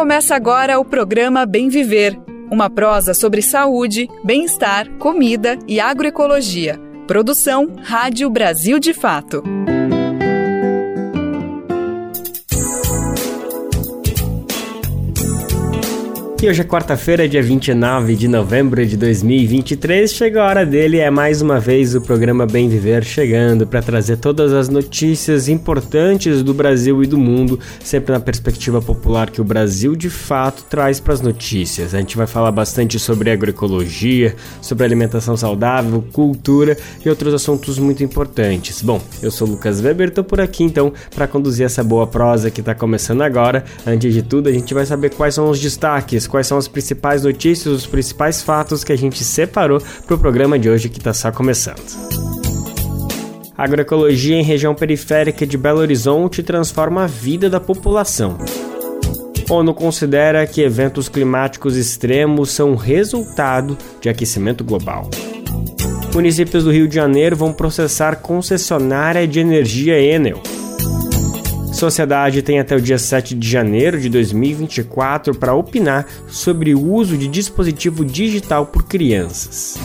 Começa agora o programa Bem Viver, uma prosa sobre saúde, bem-estar, comida e agroecologia. Produção Rádio Brasil de Fato. E hoje é quarta-feira, dia 29 de novembro de 2023, chega a hora dele, é mais uma vez o programa Bem Viver chegando para trazer todas as notícias importantes do Brasil e do mundo, sempre na perspectiva popular que o Brasil de fato traz para as notícias. A gente vai falar bastante sobre agroecologia, sobre alimentação saudável, cultura e outros assuntos muito importantes. Bom, eu sou o Lucas Weber, estou por aqui então para conduzir essa boa prosa que está começando agora. Antes de tudo, a gente vai saber quais são os destaques, quais são as principais notícias, os principais fatos que a gente separou para o programa de hoje que está só começando. Agroecologia em região periférica de Belo Horizonte transforma a vida da população. ONU considera que eventos climáticos extremos são resultado de aquecimento global. Municípios do Rio de Janeiro vão processar concessionária de energia Enel. Sociedade tem até o dia 7 de janeiro de 2024 para opinar sobre o uso de dispositivo digital por crianças.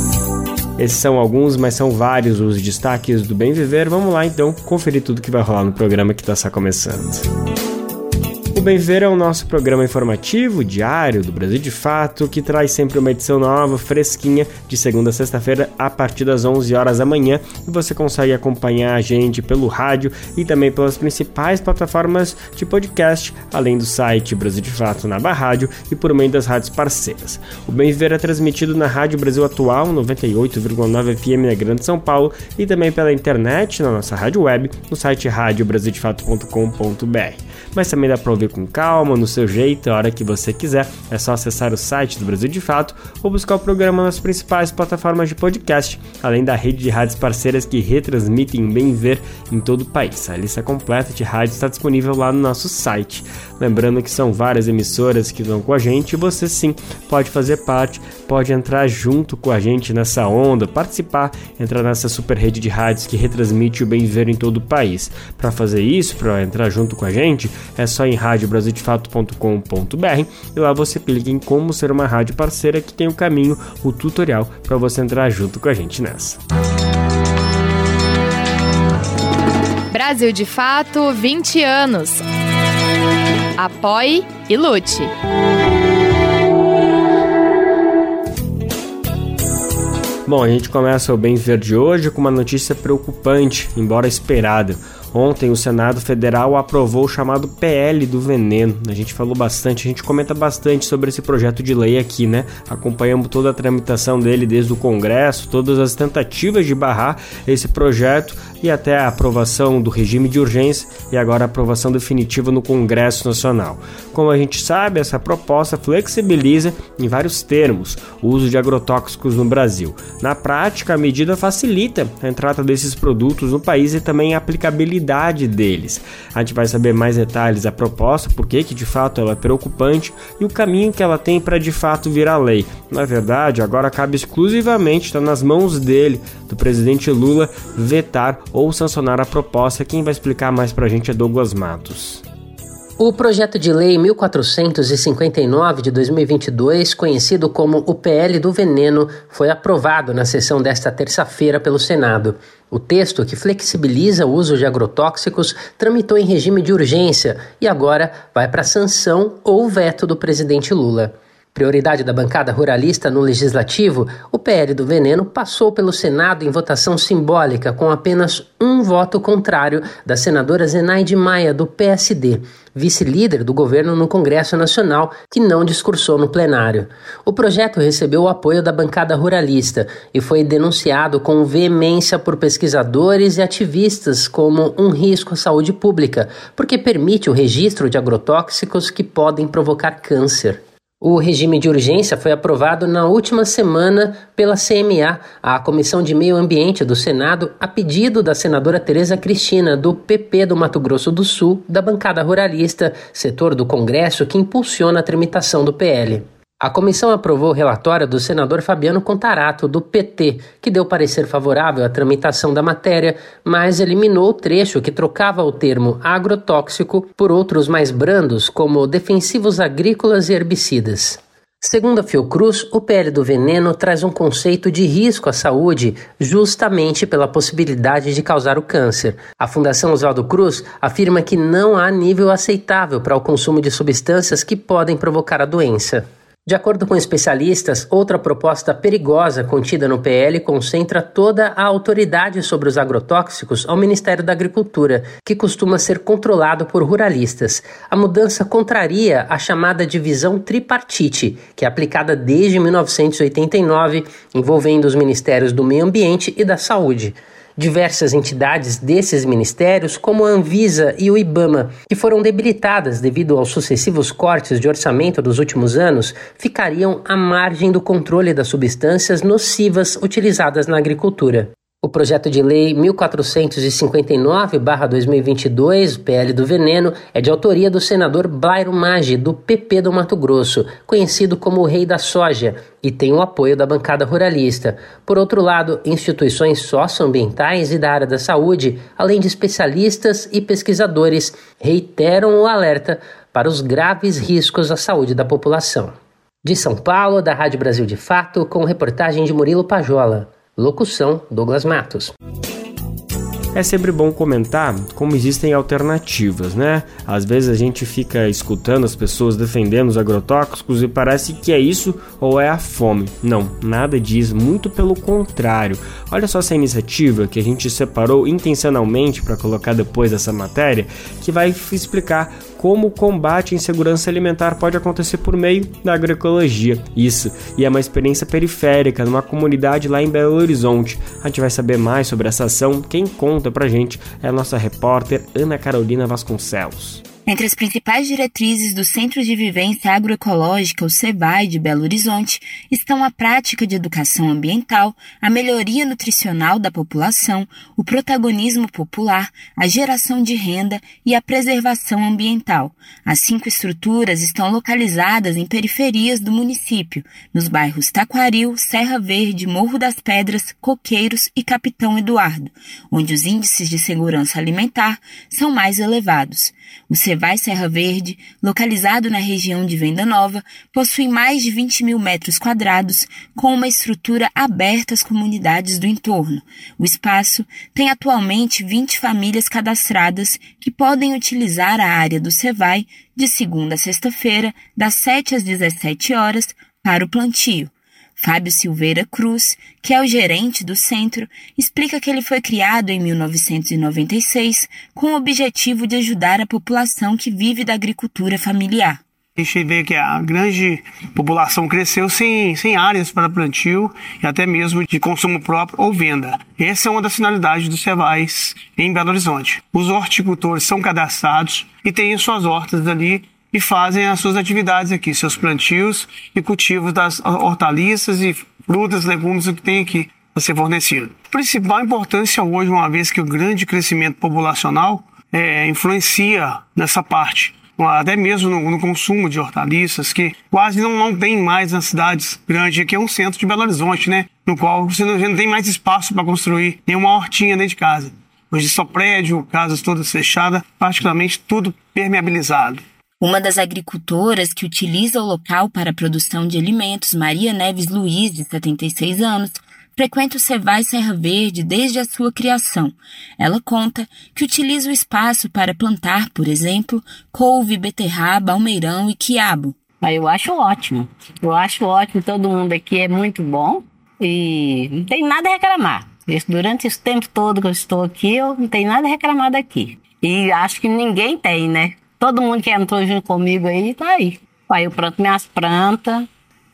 Esses são alguns, mas são vários os destaques do Bem Viver. Vamos lá então conferir tudo que vai rolar no programa que está só começando. O Bem Viver é o nosso programa informativo diário do Brasil de Fato, que traz sempre uma edição nova, fresquinha, de segunda a sexta-feira, a partir das 11 horas da manhã. E você consegue acompanhar a gente pelo rádio e também pelas principais plataformas de podcast, além do site Brasil de Fato na Rádio e por meio das rádios parceiras. O Bem Viver é transmitido na Rádio Brasil Atual, 98,9 FM na Grande São Paulo, e também pela internet, na nossa rádio web, no site radiobrasildefato.com.br. Mas também dá para ouvir com calma, no seu jeito, a hora que você quiser. É só acessar o site do Brasil de Fato ou buscar o programa nas principais plataformas de podcast, além da rede de rádios parceiras que retransmitem Bem Ver em todo o país. A lista completa de rádios está disponível lá no nosso site. Lembrando que são várias emissoras que estão com a gente e você sim pode fazer parte, pode entrar junto com a gente nessa onda, participar, entrar nessa super rede de rádios que retransmite o Bem Ver em todo o país. Para fazer isso, para entrar junto com a gente, é só em radiobrasildefato.com.br e lá você clica em como ser uma rádio parceira, que tem o caminho, o tutorial para você entrar junto com a gente nessa. Brasil de Fato, 20 anos. Apoie e lute. Bom, a gente começa o Bem Viver de hoje com uma notícia preocupante, embora esperada. Ontem o Senado Federal aprovou o chamado PL do veneno. A gente falou bastante, a gente comenta bastante sobre esse projeto de lei aqui, né? Acompanhamos toda a tramitação dele desde o Congresso, todas as tentativas de barrar esse projeto e até a aprovação do regime de urgência e agora a aprovação definitiva no Congresso Nacional. Como a gente sabe, essa proposta flexibiliza em vários termos o uso de agrotóxicos no Brasil. Na prática, a medida facilita a entrada desses produtos no país e também a aplicabilidade deles. A gente vai saber mais detalhes da proposta, por que de fato ela é preocupante e o caminho que ela tem para de fato virar lei. Na verdade, agora cabe exclusivamente, está nas mãos dele, do presidente Lula, vetar ou sancionar a proposta. Quem vai explicar mais para a gente é Douglas Matos. O projeto de lei 1459 de 2022, conhecido como o PL do veneno, foi aprovado na sessão desta terça-feira pelo Senado. O texto, que flexibiliza o uso de agrotóxicos, tramitou em regime de urgência e agora vai para a sanção ou veto do presidente Lula. Prioridade da bancada ruralista no Legislativo, o PL do veneno passou pelo Senado em votação simbólica com apenas um voto contrário da senadora Zenaide Maia, do PSD, vice-líder do governo no Congresso Nacional, que não discursou no plenário. O projeto recebeu o apoio da bancada ruralista e foi denunciado com veemência por pesquisadores e ativistas como um risco à saúde pública, porque permite o registro de agrotóxicos que podem provocar câncer. O regime de urgência foi aprovado na última semana pela CMA, a Comissão de Meio Ambiente do Senado, a pedido da senadora Tereza Cristina, do PP do Mato Grosso do Sul, da bancada ruralista, setor do Congresso que impulsiona a tramitação do PL. A comissão aprovou o relatório do senador Fabiano Contarato, do PT, que deu parecer favorável à tramitação da matéria, mas eliminou o trecho que trocava o termo agrotóxico por outros mais brandos, como defensivos agrícolas e herbicidas. Segundo a Fiocruz, o PL do veneno traz um conceito de risco à saúde justamente pela possibilidade de causar o câncer. A Fundação Oswaldo Cruz afirma que não há nível aceitável para o consumo de substâncias que podem provocar a doença. De acordo com especialistas, outra proposta perigosa contida no PL concentra toda a autoridade sobre os agrotóxicos ao Ministério da Agricultura, que costuma ser controlado por ruralistas. A mudança contraria a chamada divisão tripartite, que é aplicada desde 1989, envolvendo os Ministérios do Meio Ambiente e da Saúde. Diversas entidades desses ministérios, como a Anvisa e o IBAMA, que foram debilitadas devido aos sucessivos cortes de orçamento dos últimos anos, ficariam à margem do controle das substâncias nocivas utilizadas na agricultura. O projeto de lei 1459/2022, PL do Veneno, é de autoria do senador Blairo Maggi, do PP do Mato Grosso, conhecido como o Rei da Soja, e tem o apoio da bancada ruralista. Por outro lado, instituições socioambientais e da área da saúde, além de especialistas e pesquisadores, reiteram o alerta para os graves riscos à saúde da população. De São Paulo, da Rádio Brasil de Fato, com reportagem de Murilo Pajola. Locução, Douglas Matos. É sempre bom comentar como existem alternativas, né? Às vezes a gente fica escutando as pessoas defendendo os agrotóxicos e parece que é isso ou é a fome. Não, nada disso, muito pelo contrário. Olha só essa iniciativa que a gente separou intencionalmente para colocar depois dessa matéria, que vai explicar como o combate à insegurança alimentar pode acontecer por meio da agroecologia. Isso, e é uma experiência periférica, numa comunidade lá em Belo Horizonte. A gente vai saber mais sobre essa ação. Quem conta pra gente é a nossa repórter Ana Carolina Vasconcelos. Entre as principais diretrizes do Centro de Vivência Agroecológica, o CEVAI de Belo Horizonte, estão a prática de educação ambiental, a melhoria nutricional da população, o protagonismo popular, a geração de renda e a preservação ambiental. As 5 estruturas estão localizadas em periferias do município, nos bairros Taquaril, Serra Verde, Morro das Pedras, Coqueiros e Capitão Eduardo, onde os índices de segurança alimentar são mais elevados. O CEVAI Serra Verde, localizado na região de Venda Nova, possui mais de 20 mil metros quadrados, com uma estrutura aberta às comunidades do entorno. O espaço tem atualmente 20 famílias cadastradas que podem utilizar a área do CEVAI de segunda a sexta-feira, das 7 às 17 horas, para o plantio. Fábio Silveira Cruz, que é o gerente do centro, explica que ele foi criado em 1996 com o objetivo de ajudar a população que vive da agricultura familiar. A gente vê que a grande população cresceu sem áreas para plantio e até mesmo de consumo próprio ou venda. Essa é uma das finalidades dos CEVAIs em Belo Horizonte. Os horticultores são cadastrados e têm suas hortas ali e fazem as suas atividades aqui, seus plantios e cultivos das hortaliças e frutas, legumes, o que tem aqui a ser fornecido. A principal importância hoje, uma vez que o grande crescimento populacional influencia nessa parte, até mesmo no consumo de hortaliças, que quase não tem mais nas cidades grandes. Aqui é um centro de Belo Horizonte, né? No qual você não tem mais espaço para construir nenhuma hortinha dentro de casa. Hoje só prédio, casas todas fechadas, praticamente tudo permeabilizado. Uma das agricultoras que utiliza o local para a produção de alimentos, Maria Neves Luiz, de 76 anos, frequenta o CEVAI Serra Verde desde a sua criação. Ela conta que utiliza o espaço para plantar, por exemplo, couve, beterraba, almeirão e quiabo. Eu acho ótimo. Todo mundo aqui é muito bom e não tem nada a reclamar. Durante esse tempo todo que eu estou aqui, eu não tenho nada a reclamar daqui. E acho que ninguém tem, né? Todo mundo que entrou junto comigo aí, tá aí. Aí eu planto minhas plantas,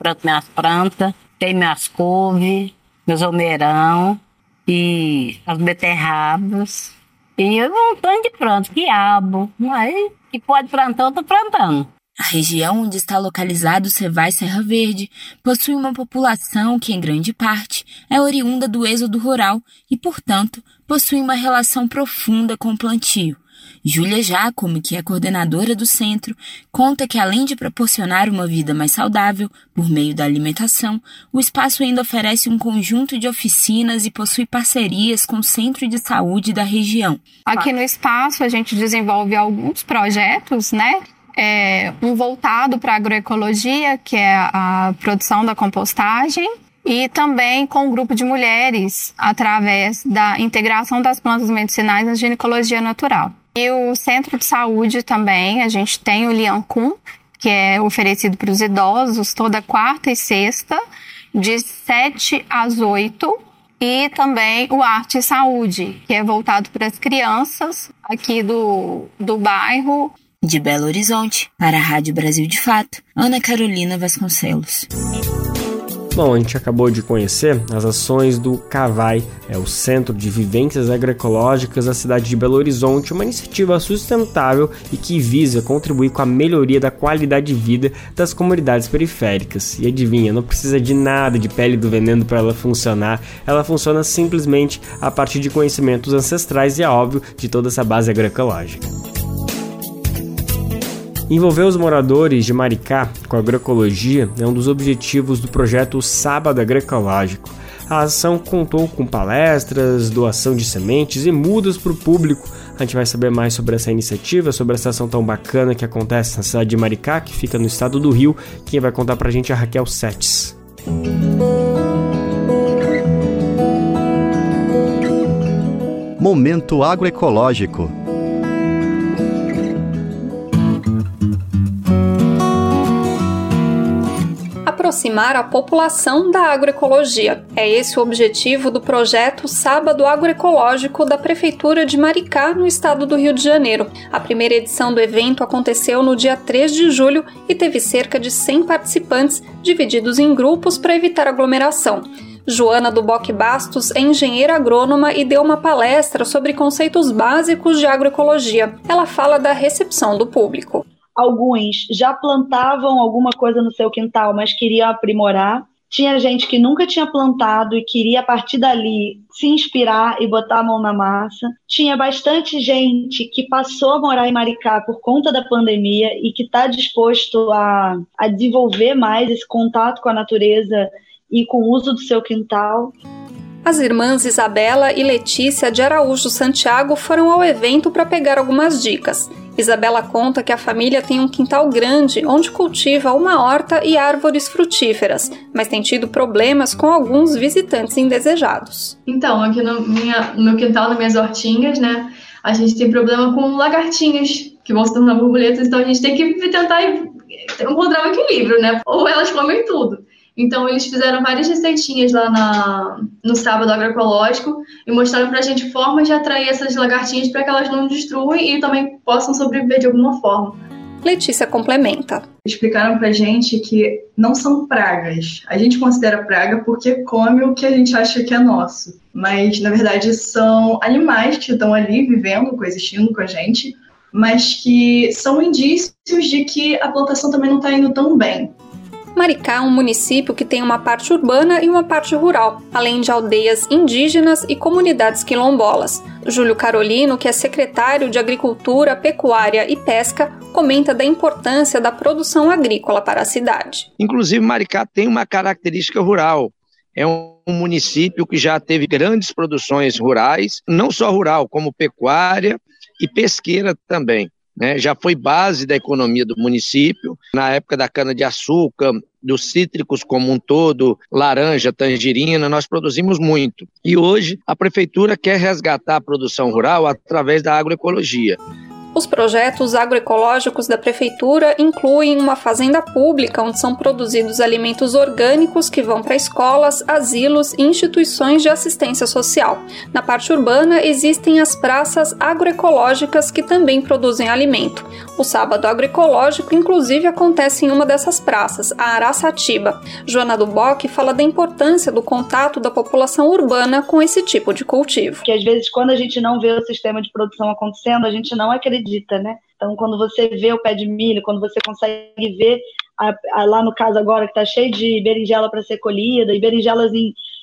tenho minhas couves, meus almeirão e as beterrabas. E eu um tanto de planta, quiabo. Aí, que pode plantar, eu tô plantando. A região onde está localizado o CEVAI Serra Verde possui uma população que, em grande parte, é oriunda do êxodo rural e, portanto, possui uma relação profunda com o plantio. Júlia Giacomo, que é coordenadora do centro, conta que além de proporcionar uma vida mais saudável por meio da alimentação, o espaço ainda oferece um conjunto de oficinas e possui parcerias com o centro de saúde da região. Aqui no espaço a gente desenvolve alguns projetos, né? Um voltado para a agroecologia, que é a produção da compostagem, e também com um grupo de mulheres através da integração das plantas medicinais na ginecologia natural. E o centro de saúde também, a gente tem o Liancum, que é oferecido para os idosos toda quarta e sexta, de 7 às 8, e também o Arte e Saúde, que é voltado para as crianças aqui do bairro. De Belo Horizonte, para a Rádio Brasil de Fato, Ana Carolina Vasconcelos. Bom, a gente acabou de conhecer as ações do CAVAI, o Centro de Vivências Agroecológicas da cidade de Belo Horizonte, uma iniciativa sustentável e que visa contribuir com a melhoria da qualidade de vida das comunidades periféricas. E adivinha, não precisa de nada de pele do veneno para ela funcionar, ela funciona simplesmente a partir de conhecimentos ancestrais e, é óbvio, de toda essa base agroecológica. Envolver os moradores de Maricá com a agroecologia é um dos objetivos do projeto Sábado Agroecológico. A ação contou com palestras, doação de sementes e mudas para o público. A gente vai saber mais sobre essa iniciativa, sobre essa ação tão bacana que acontece na cidade de Maricá, que fica no estado do Rio. Quem vai contar para a gente é a Raquel Setes. Momento Agroecológico. Aproximar a população da agroecologia. É esse o objetivo do projeto Sábado Agroecológico da Prefeitura de Maricá, no estado do Rio de Janeiro. A primeira edição do evento aconteceu no dia 3 de julho e teve cerca de 100 participantes, divididos em grupos para evitar aglomeração. Joana do Bock Bastos é engenheira agrônoma e deu uma palestra sobre conceitos básicos de agroecologia. Ela fala da recepção do público. Alguns já plantavam alguma coisa no seu quintal, mas queriam aprimorar. Tinha gente que nunca tinha plantado e queria, a partir dali, se inspirar e botar a mão na massa. Tinha bastante gente que passou a morar em Maricá por conta da pandemia e que está disposto a desenvolver mais esse contato com a natureza e com o uso do seu quintal. As irmãs Isabela e Letícia de Araújo Santiago foram ao evento para pegar algumas dicas. Isabela conta que a família tem um quintal grande onde cultiva uma horta e árvores frutíferas, mas tem tido problemas com alguns visitantes indesejados. Então, aqui no meu quintal, nas minhas hortinhas, né, a gente tem problema com lagartinhas que vão se tornar borboletas, então a gente tem que tentar encontrar um equilíbrio, né? Ou elas comem tudo. Então, eles fizeram várias receitinhas lá no Sábado Agroecológico e mostraram pra gente formas de atrair essas lagartinhas para que elas não destruem e também possam sobreviver de alguma forma. Letícia complementa. Explicaram pra gente que não são pragas. A gente considera praga porque come o que a gente acha que é nosso. Mas, na verdade, são animais que estão ali vivendo, coexistindo com a gente, mas que são indícios de que a plantação também não está indo tão bem. Maricá é um município que tem uma parte urbana e uma parte rural, além de aldeias indígenas e comunidades quilombolas. Júlio Carolino, que é secretário de Agricultura, Pecuária e Pesca, comenta da importância da produção agrícola para a cidade. Inclusive, Maricá tem uma característica rural. É um município que já teve grandes produções rurais, não só rural, como pecuária e pesqueira também. Já foi base da economia do município, na época da cana-de-açúcar, dos cítricos como um todo, laranja, tangerina, nós produzimos muito. E hoje a prefeitura quer resgatar a produção rural através da agroecologia. Os projetos agroecológicos da Prefeitura incluem uma fazenda pública onde são produzidos alimentos orgânicos que vão para escolas, asilos e instituições de assistência social. Na parte urbana existem as praças agroecológicas que também produzem alimento. O Sábado Agroecológico, inclusive, acontece em uma dessas praças, a Araçatiba. Joana do Bock fala da importância do contato da população urbana com esse tipo de cultivo. Que às vezes, quando a gente não vê o sistema de produção acontecendo, a gente não acredita, né? Então, quando você vê o pé de milho, quando você consegue ver, lá no caso agora, que está cheio de berinjela para ser colhida, e berinjelas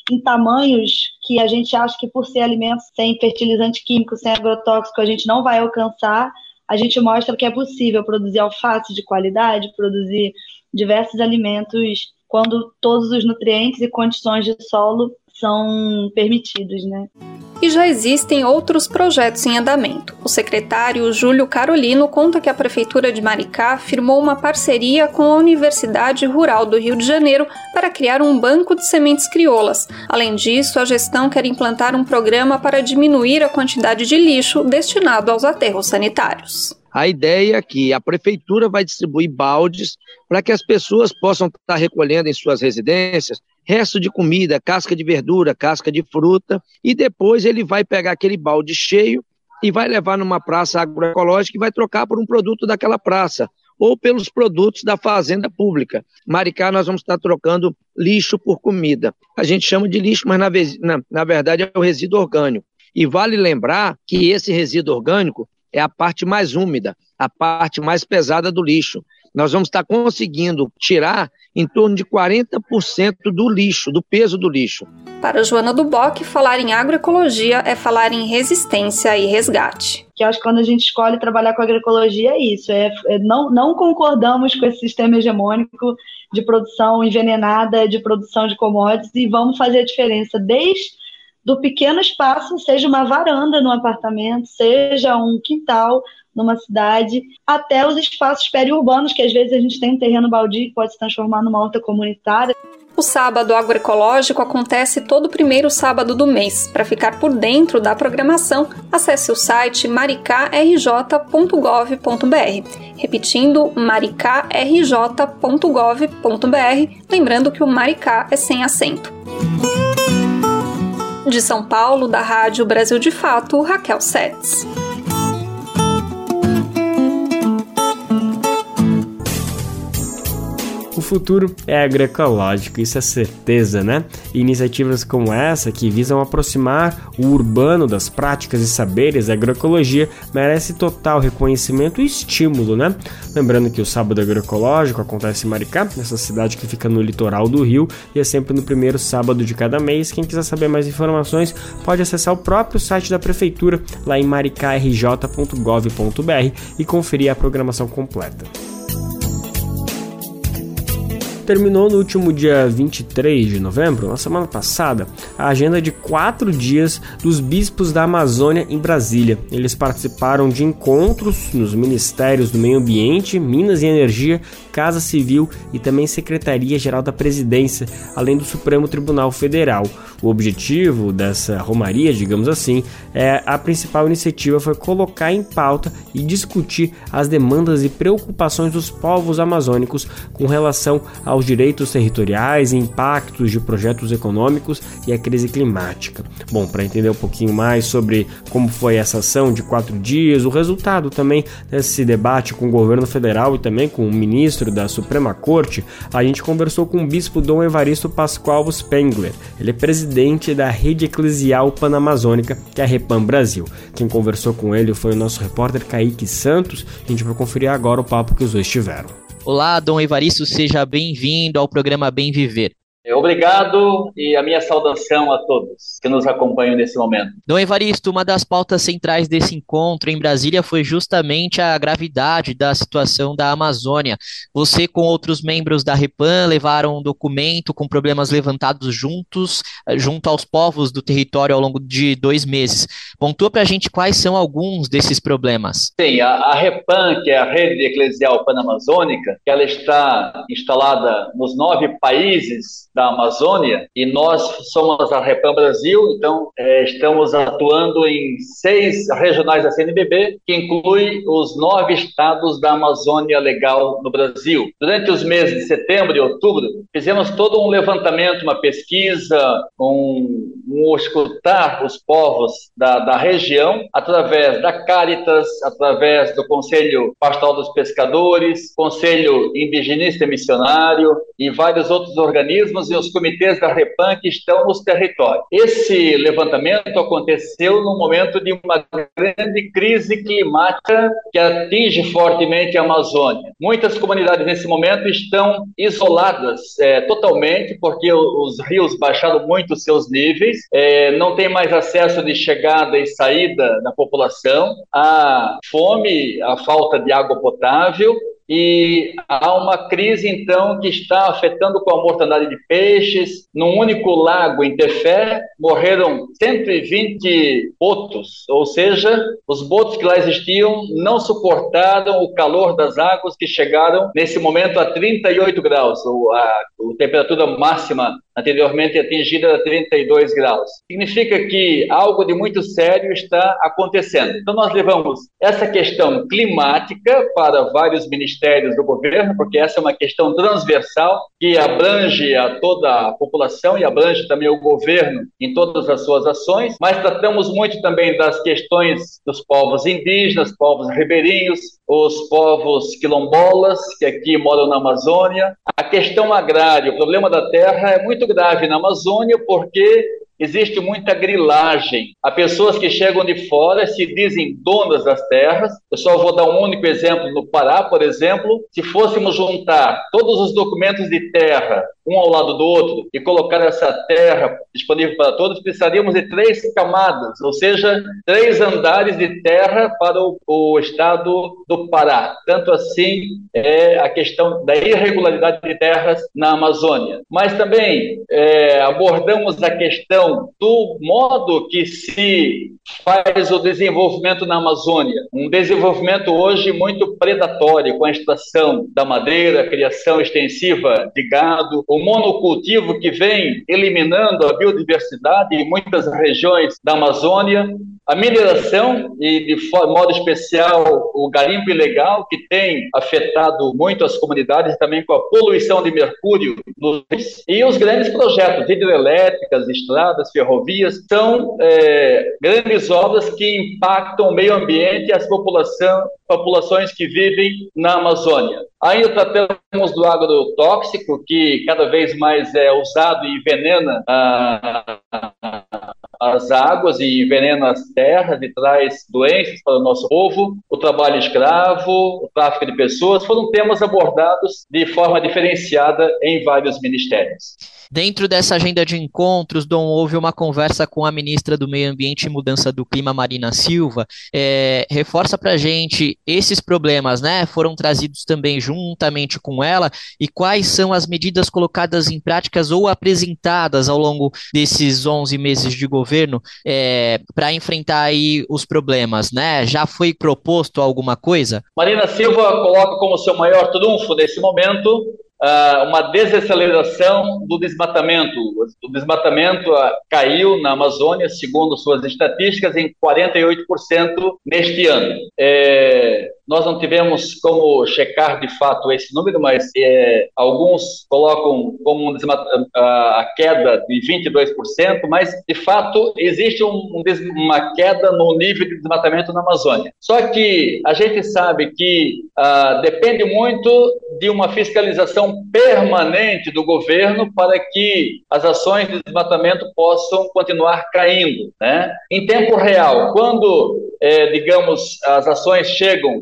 em tamanhos que a gente acha que por ser alimentos sem fertilizante químico, sem agrotóxico, a gente não vai alcançar. A gente mostra que é possível produzir alface de qualidade, produzir diversos alimentos quando todos os nutrientes e condições de solo são permitidos, né? E já existem outros projetos em andamento. O secretário Júlio Carolino conta que a Prefeitura de Maricá firmou uma parceria com a Universidade Rural do Rio de Janeiro para criar um banco de sementes crioulas. Além disso, a gestão quer implantar um programa para diminuir a quantidade de lixo destinado aos aterros sanitários. A ideia é que a prefeitura vai distribuir baldes para que as pessoas possam estar recolhendo em suas residências resto de comida, casca de verdura, casca de fruta, e depois ele vai pegar aquele balde cheio e vai levar numa praça agroecológica e vai trocar por um produto daquela praça, ou pelos produtos da fazenda pública. Maricá, nós vamos estar trocando lixo por comida. A gente chama de lixo, mas na verdade é o resíduo orgânico. E vale lembrar que esse resíduo orgânico é a parte mais úmida, a parte mais pesada do lixo. Nós vamos estar conseguindo tirar em torno de 40% do lixo, do peso do lixo. Para Joana Duboc, falar em agroecologia é falar em resistência e resgate. Que eu acho que quando a gente escolhe trabalhar com agroecologia é isso, não concordamos com esse sistema hegemônico de produção envenenada, de produção de commodities, e vamos fazer a diferença desde do pequeno espaço, seja uma varanda num apartamento, seja um quintal numa cidade, até os espaços periurbanos, que às vezes a gente tem um terreno baldio que pode se transformar numa horta comunitária. O Sábado Agroecológico acontece todo primeiro sábado do mês. Para ficar por dentro da programação, acesse o site maricarj.gov.br. Repetindo, maricarj.gov.br, lembrando que o Maricá é sem acento. De São Paulo, da Rádio Brasil de Fato, Raquel Setz. O futuro é agroecológico, isso é certeza, né? E iniciativas como essa, que visam aproximar o urbano das práticas e saberes da agroecologia, merece total reconhecimento e estímulo, né? Lembrando que o Sábado Agroecológico acontece em Maricá, nessa cidade que fica no litoral do Rio, e é sempre no primeiro sábado de cada mês. Quem quiser saber mais informações pode acessar o próprio site da Prefeitura, lá em maricarj.gov.br, e conferir a programação completa. Terminou no último dia 23 de novembro, na semana passada, a agenda de 4 dias dos bispos da Amazônia em Brasília. Eles participaram de encontros nos ministérios do Meio Ambiente, Minas e Energia, Casa Civil e também Secretaria-Geral da Presidência, além do Supremo Tribunal Federal. O objetivo dessa romaria, digamos assim, a principal iniciativa foi colocar em pauta e discutir as demandas e preocupações dos povos amazônicos com relação aos direitos territoriais, impactos de projetos econômicos e a crise climática. Bom, para entender um pouquinho mais sobre como foi essa ação de 4 dias, o resultado também desse debate com o governo federal e também com o ministro da Suprema Corte, a gente conversou com o bispo Dom Evaristo Pascoal Spengler. Ele é presidente da Rede Eclesial Panamazônica, que é a Repam Brasil. Quem conversou com ele foi o nosso repórter Kaique Santos. A gente vai conferir agora o papo que os dois tiveram. Olá, Dom Evaristo, seja bem-vindo ao programa Bem Viver. Obrigado e a minha saudação a todos que nos acompanham nesse momento. Dom Evaristo, uma das pautas centrais desse encontro em Brasília foi justamente a gravidade da situação da Amazônia. Você, com outros membros da Repam, levaram um documento com problemas levantados junto aos povos do território ao longo de 2 meses. Pontua pra gente quais são alguns desses problemas. Sim, a Repam, que é a Rede Eclesial Panamazônica, que ela está instalada nos 9 países da Amazônia, e nós somos a Repam Brasil, então estamos atuando em 6 regionais da CNBB, que inclui os 9 estados da Amazônia Legal no Brasil. Durante os meses de setembro e outubro, fizemos todo um levantamento, uma pesquisa, escutar os povos da região, através da Caritas, através do Conselho Pastoral dos Pescadores, Conselho Indigenista e Missionário e vários outros organismos, e os comitês da Repam que estão nos territórios. Esse levantamento aconteceu no momento de uma grande crise climática que atinge fortemente a Amazônia. Muitas comunidades nesse momento estão isoladas totalmente, porque os rios baixaram muito seus níveis, não tem mais acesso de chegada e saída da população, há fome, a falta de água potável, e há uma crise, então, que está afetando com a mortandade de peixes. Num único lago em Tefé, morreram 120 botos, ou seja, os botos que lá existiam não suportaram o calor das águas que chegaram, nesse momento, a 38 graus. A temperatura máxima anteriormente atingida era 32 graus. Significa que algo de muito sério está acontecendo. Então, nós levamos essa questão climática para vários ministérios do governo, porque essa é uma questão transversal que abrange a toda a população e abrange também o governo em todas as suas ações, mas tratamos muito também das questões dos povos indígenas, povos ribeirinhos, os povos quilombolas, que aqui moram na Amazônia. A questão agrária, o problema da terra é muito grave na Amazônia, porque existe muita grilagem. Há pessoas que chegam de fora, se dizem donas das terras. Eu só vou dar um único exemplo. No Pará, por exemplo, se fôssemos juntar todos os documentos de terra, um ao lado do outro, e colocar essa terra disponível para todos, precisaríamos de 3 camadas, ou seja, 3 andares de terra para o estado do Pará. Tanto assim é a questão da irregularidade de terras na Amazônia. Mas também abordamos a questão do modo que se faz o desenvolvimento na Amazônia. Um desenvolvimento hoje muito predatório, com a extração da madeira, a criação extensiva de gado, o monocultivo que vem eliminando a biodiversidade em muitas regiões da Amazônia, a mineração e, de modo especial, o garimpo ilegal, que tem afetado muito as comunidades, também com a poluição de mercúrio nos rios, e os grandes projetos hidrelétricas, estradas, ferrovias, são grandes obras que impactam o meio ambiente e as populações que vivem na Amazônia. Ainda tratamos do agrotóxico, que cada vez mais é usado e envenena as águas e envenena as terras e traz doenças para o nosso povo. O trabalho escravo, o tráfico de pessoas, foram temas abordados de forma diferenciada em vários ministérios. Dentro dessa agenda de encontros, Dom, houve uma conversa com a ministra do Meio Ambiente e Mudança do Clima, Marina Silva. Reforça para a gente esses problemas, né? Foram trazidos também juntamente com ela, e quais são as medidas colocadas em práticas ou apresentadas ao longo desses 11 meses de governo para enfrentar aí os problemas, né? Já foi proposto alguma coisa? Marina Silva coloca como seu maior trunfo nesse momento uma desaceleração do desmatamento. O desmatamento caiu na Amazônia, segundo suas estatísticas, em 48% neste ano. Nós não tivemos como checar de fato esse número, mas alguns colocam como a queda de 22%, mas de fato existe uma queda no nível de desmatamento na Amazônia. Só que a gente sabe que depende muito de uma fiscalização permanente do governo para que as ações de desmatamento possam continuar caindo, né? Em tempo real, quando, digamos, as ações chegam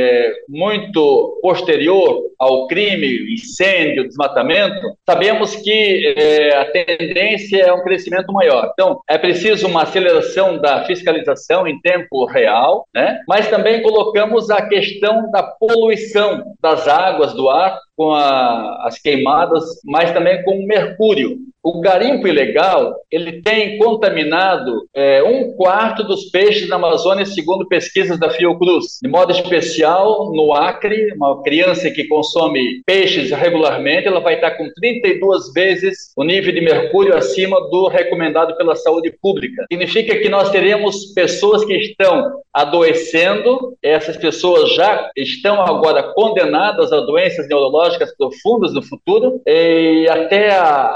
muito posterior ao crime, incêndio, desmatamento, sabemos que a tendência é um crescimento maior. Então, é preciso uma aceleração da fiscalização em tempo real, né? Mas também colocamos a questão da poluição das águas, do ar, com as queimadas, mas também com o mercúrio. O garimpo ilegal, ele tem contaminado 1/4 dos peixes na Amazônia, segundo pesquisas da Fiocruz. De modo especial, no Acre, uma criança que consome peixes regularmente, ela vai estar com 32 vezes o nível de mercúrio acima do recomendado pela saúde pública. Significa que nós teremos pessoas que estão adoecendo, essas pessoas já estão agora condenadas a doenças neurológicas ecológicas profundas no futuro, e até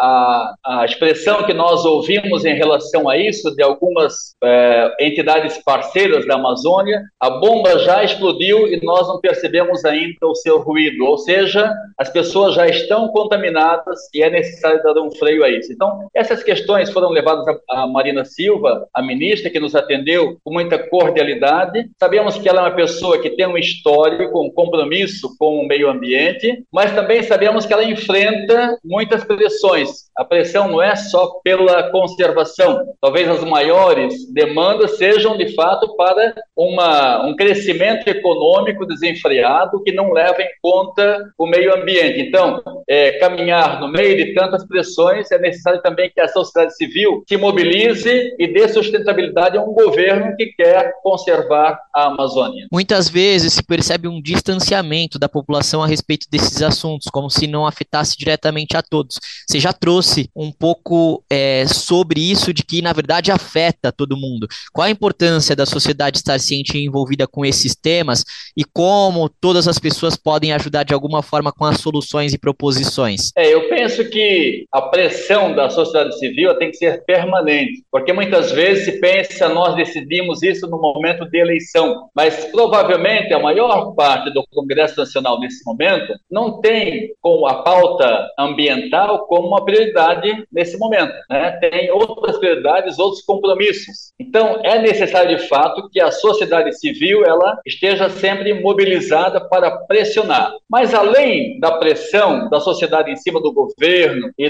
a expressão que nós ouvimos em relação a isso de algumas entidades parceiras da Amazônia, a bomba já explodiu e nós não percebemos ainda o seu ruído, ou seja, as pessoas já estão contaminadas e é necessário dar um freio a isso. Então, essas questões foram levadas a Marina Silva, a ministra, que nos atendeu com muita cordialidade. Sabemos que ela é uma pessoa que tem um histórico, um compromisso com o meio ambiente, mas também sabemos que ela enfrenta muitas pressões. A pressão não é só pela conservação. Talvez as maiores demandas sejam, de fato, para um crescimento econômico desenfreado que não leva em conta o meio ambiente. Então, caminhar no meio de tantas pressões, é necessário também que a sociedade civil se mobilize e dê sustentabilidade a um governo que quer conservar a Amazônia. Muitas vezes se percebe um distanciamento da população a respeito desses assuntos, como se não afetasse diretamente a todos. Você já trouxe um pouco sobre isso, de que na verdade afeta todo mundo. Qual a importância da sociedade estar ciente e envolvida com esses temas e como todas as pessoas podem ajudar de alguma forma com as soluções e proposições? Eu penso que a pressão da sociedade civil tem que ser permanente, porque muitas vezes se pensa, nós decidimos isso no momento de eleição, mas provavelmente a maior parte do Congresso Nacional nesse momento não tem com a pauta ambiental como uma prioridade nesse momento, né? Tem outras prioridades, outros compromissos. Então, é necessário de fato que a sociedade civil ela esteja sempre mobilizada para pressionar. Mas além da pressão da sociedade em cima do governo e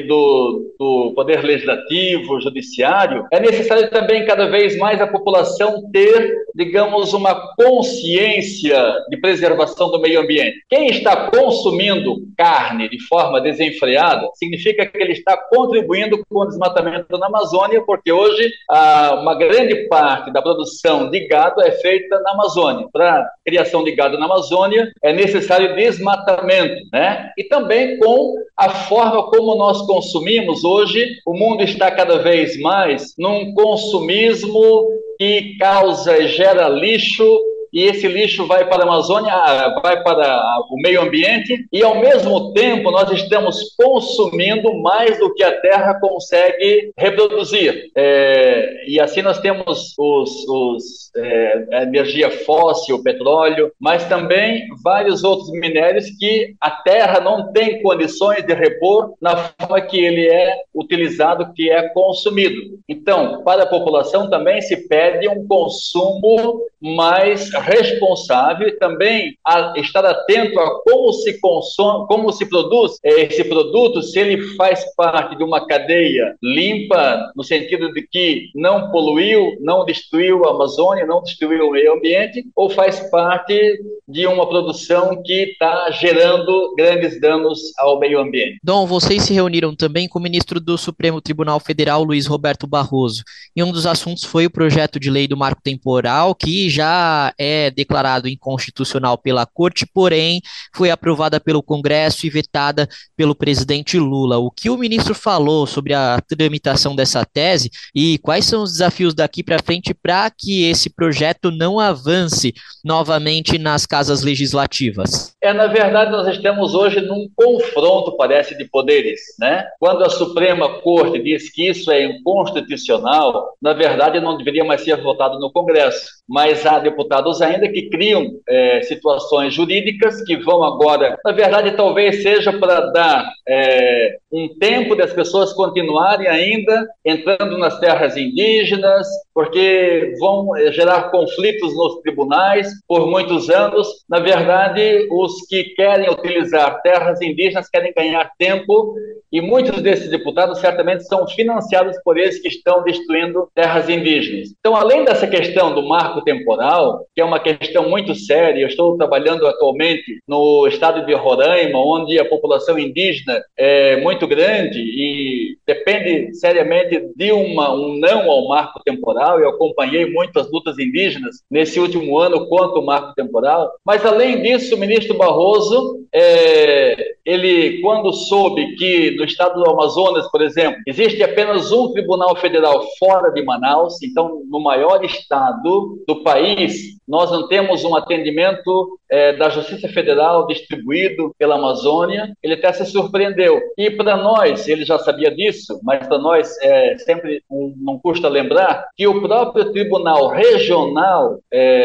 do poder legislativo, judiciário, é necessário também cada vez mais a população ter, digamos, uma consciência de preservação do meio ambiente. Quem está consumindo carne de forma desenfreada significa que ele está contribuindo com o desmatamento na Amazônia, porque hoje uma grande parte da produção de gado é feita na Amazônia. Para a criação de gado na Amazônia é necessário desmatamento, né? E também com a forma como nós consumimos. Hoje o mundo está cada vez mais num consumismo que causa e gera lixo, e esse lixo vai para a Amazônia, vai para o meio ambiente, e ao mesmo tempo nós estamos consumindo mais do que a Terra consegue reproduzir. E assim nós temos a energia fóssil, o petróleo, mas também vários outros minérios que a Terra não tem condições de repor na forma que ele é utilizado, que é consumido. Então, para a população também se pede um consumo mais responsável e também a estar atento a como se consome, como se produz esse produto, se ele faz parte de uma cadeia limpa, no sentido de que não poluiu, não destruiu a Amazônia, não destruiu o meio ambiente, ou faz parte de uma produção que está gerando grandes danos ao meio ambiente. Dom, vocês se reuniram também com o ministro do Supremo Tribunal Federal, Luiz Roberto Barroso, e um dos assuntos foi o projeto de lei do marco temporal, que já é declarado inconstitucional pela Corte, porém foi aprovada pelo Congresso e vetada pelo presidente Lula. O que o ministro falou sobre a tramitação dessa tese e quais são os desafios daqui para frente para que esse projeto não avance novamente nas casas legislativas? Na verdade, nós estamos hoje num confronto, parece, de poderes, né? Quando a Suprema Corte diz que isso é inconstitucional, na verdade não deveria mais ser votado no Congresso, mas há deputados ainda que criam situações jurídicas que vão agora, na verdade talvez seja para dar um tempo das pessoas continuarem ainda entrando nas terras indígenas, porque vão gerar conflitos nos tribunais por muitos anos. Na verdade, os que querem utilizar terras indígenas querem ganhar tempo, e muitos desses deputados certamente são financiados por eles que estão destruindo terras indígenas. Então, além dessa questão do marco temporal, que é uma questão muito séria, eu estou trabalhando atualmente no estado de Roraima, onde a população indígena é muito grande e depende seriamente de um não ao marco temporal. Eu acompanhei muitas lutas indígenas nesse último ano contra o marco temporal, mas além disso, o ministro Barroso ele, quando soube que no estado do Amazonas, por exemplo, existe apenas um tribunal federal fora de Manaus, então no maior estado do país, nós não temos um atendimento da Justiça Federal distribuído pela Amazônia, ele até se surpreendeu. E para nós, ele já sabia disso, mas para nós sempre não custa lembrar que o próprio Tribunal Regional,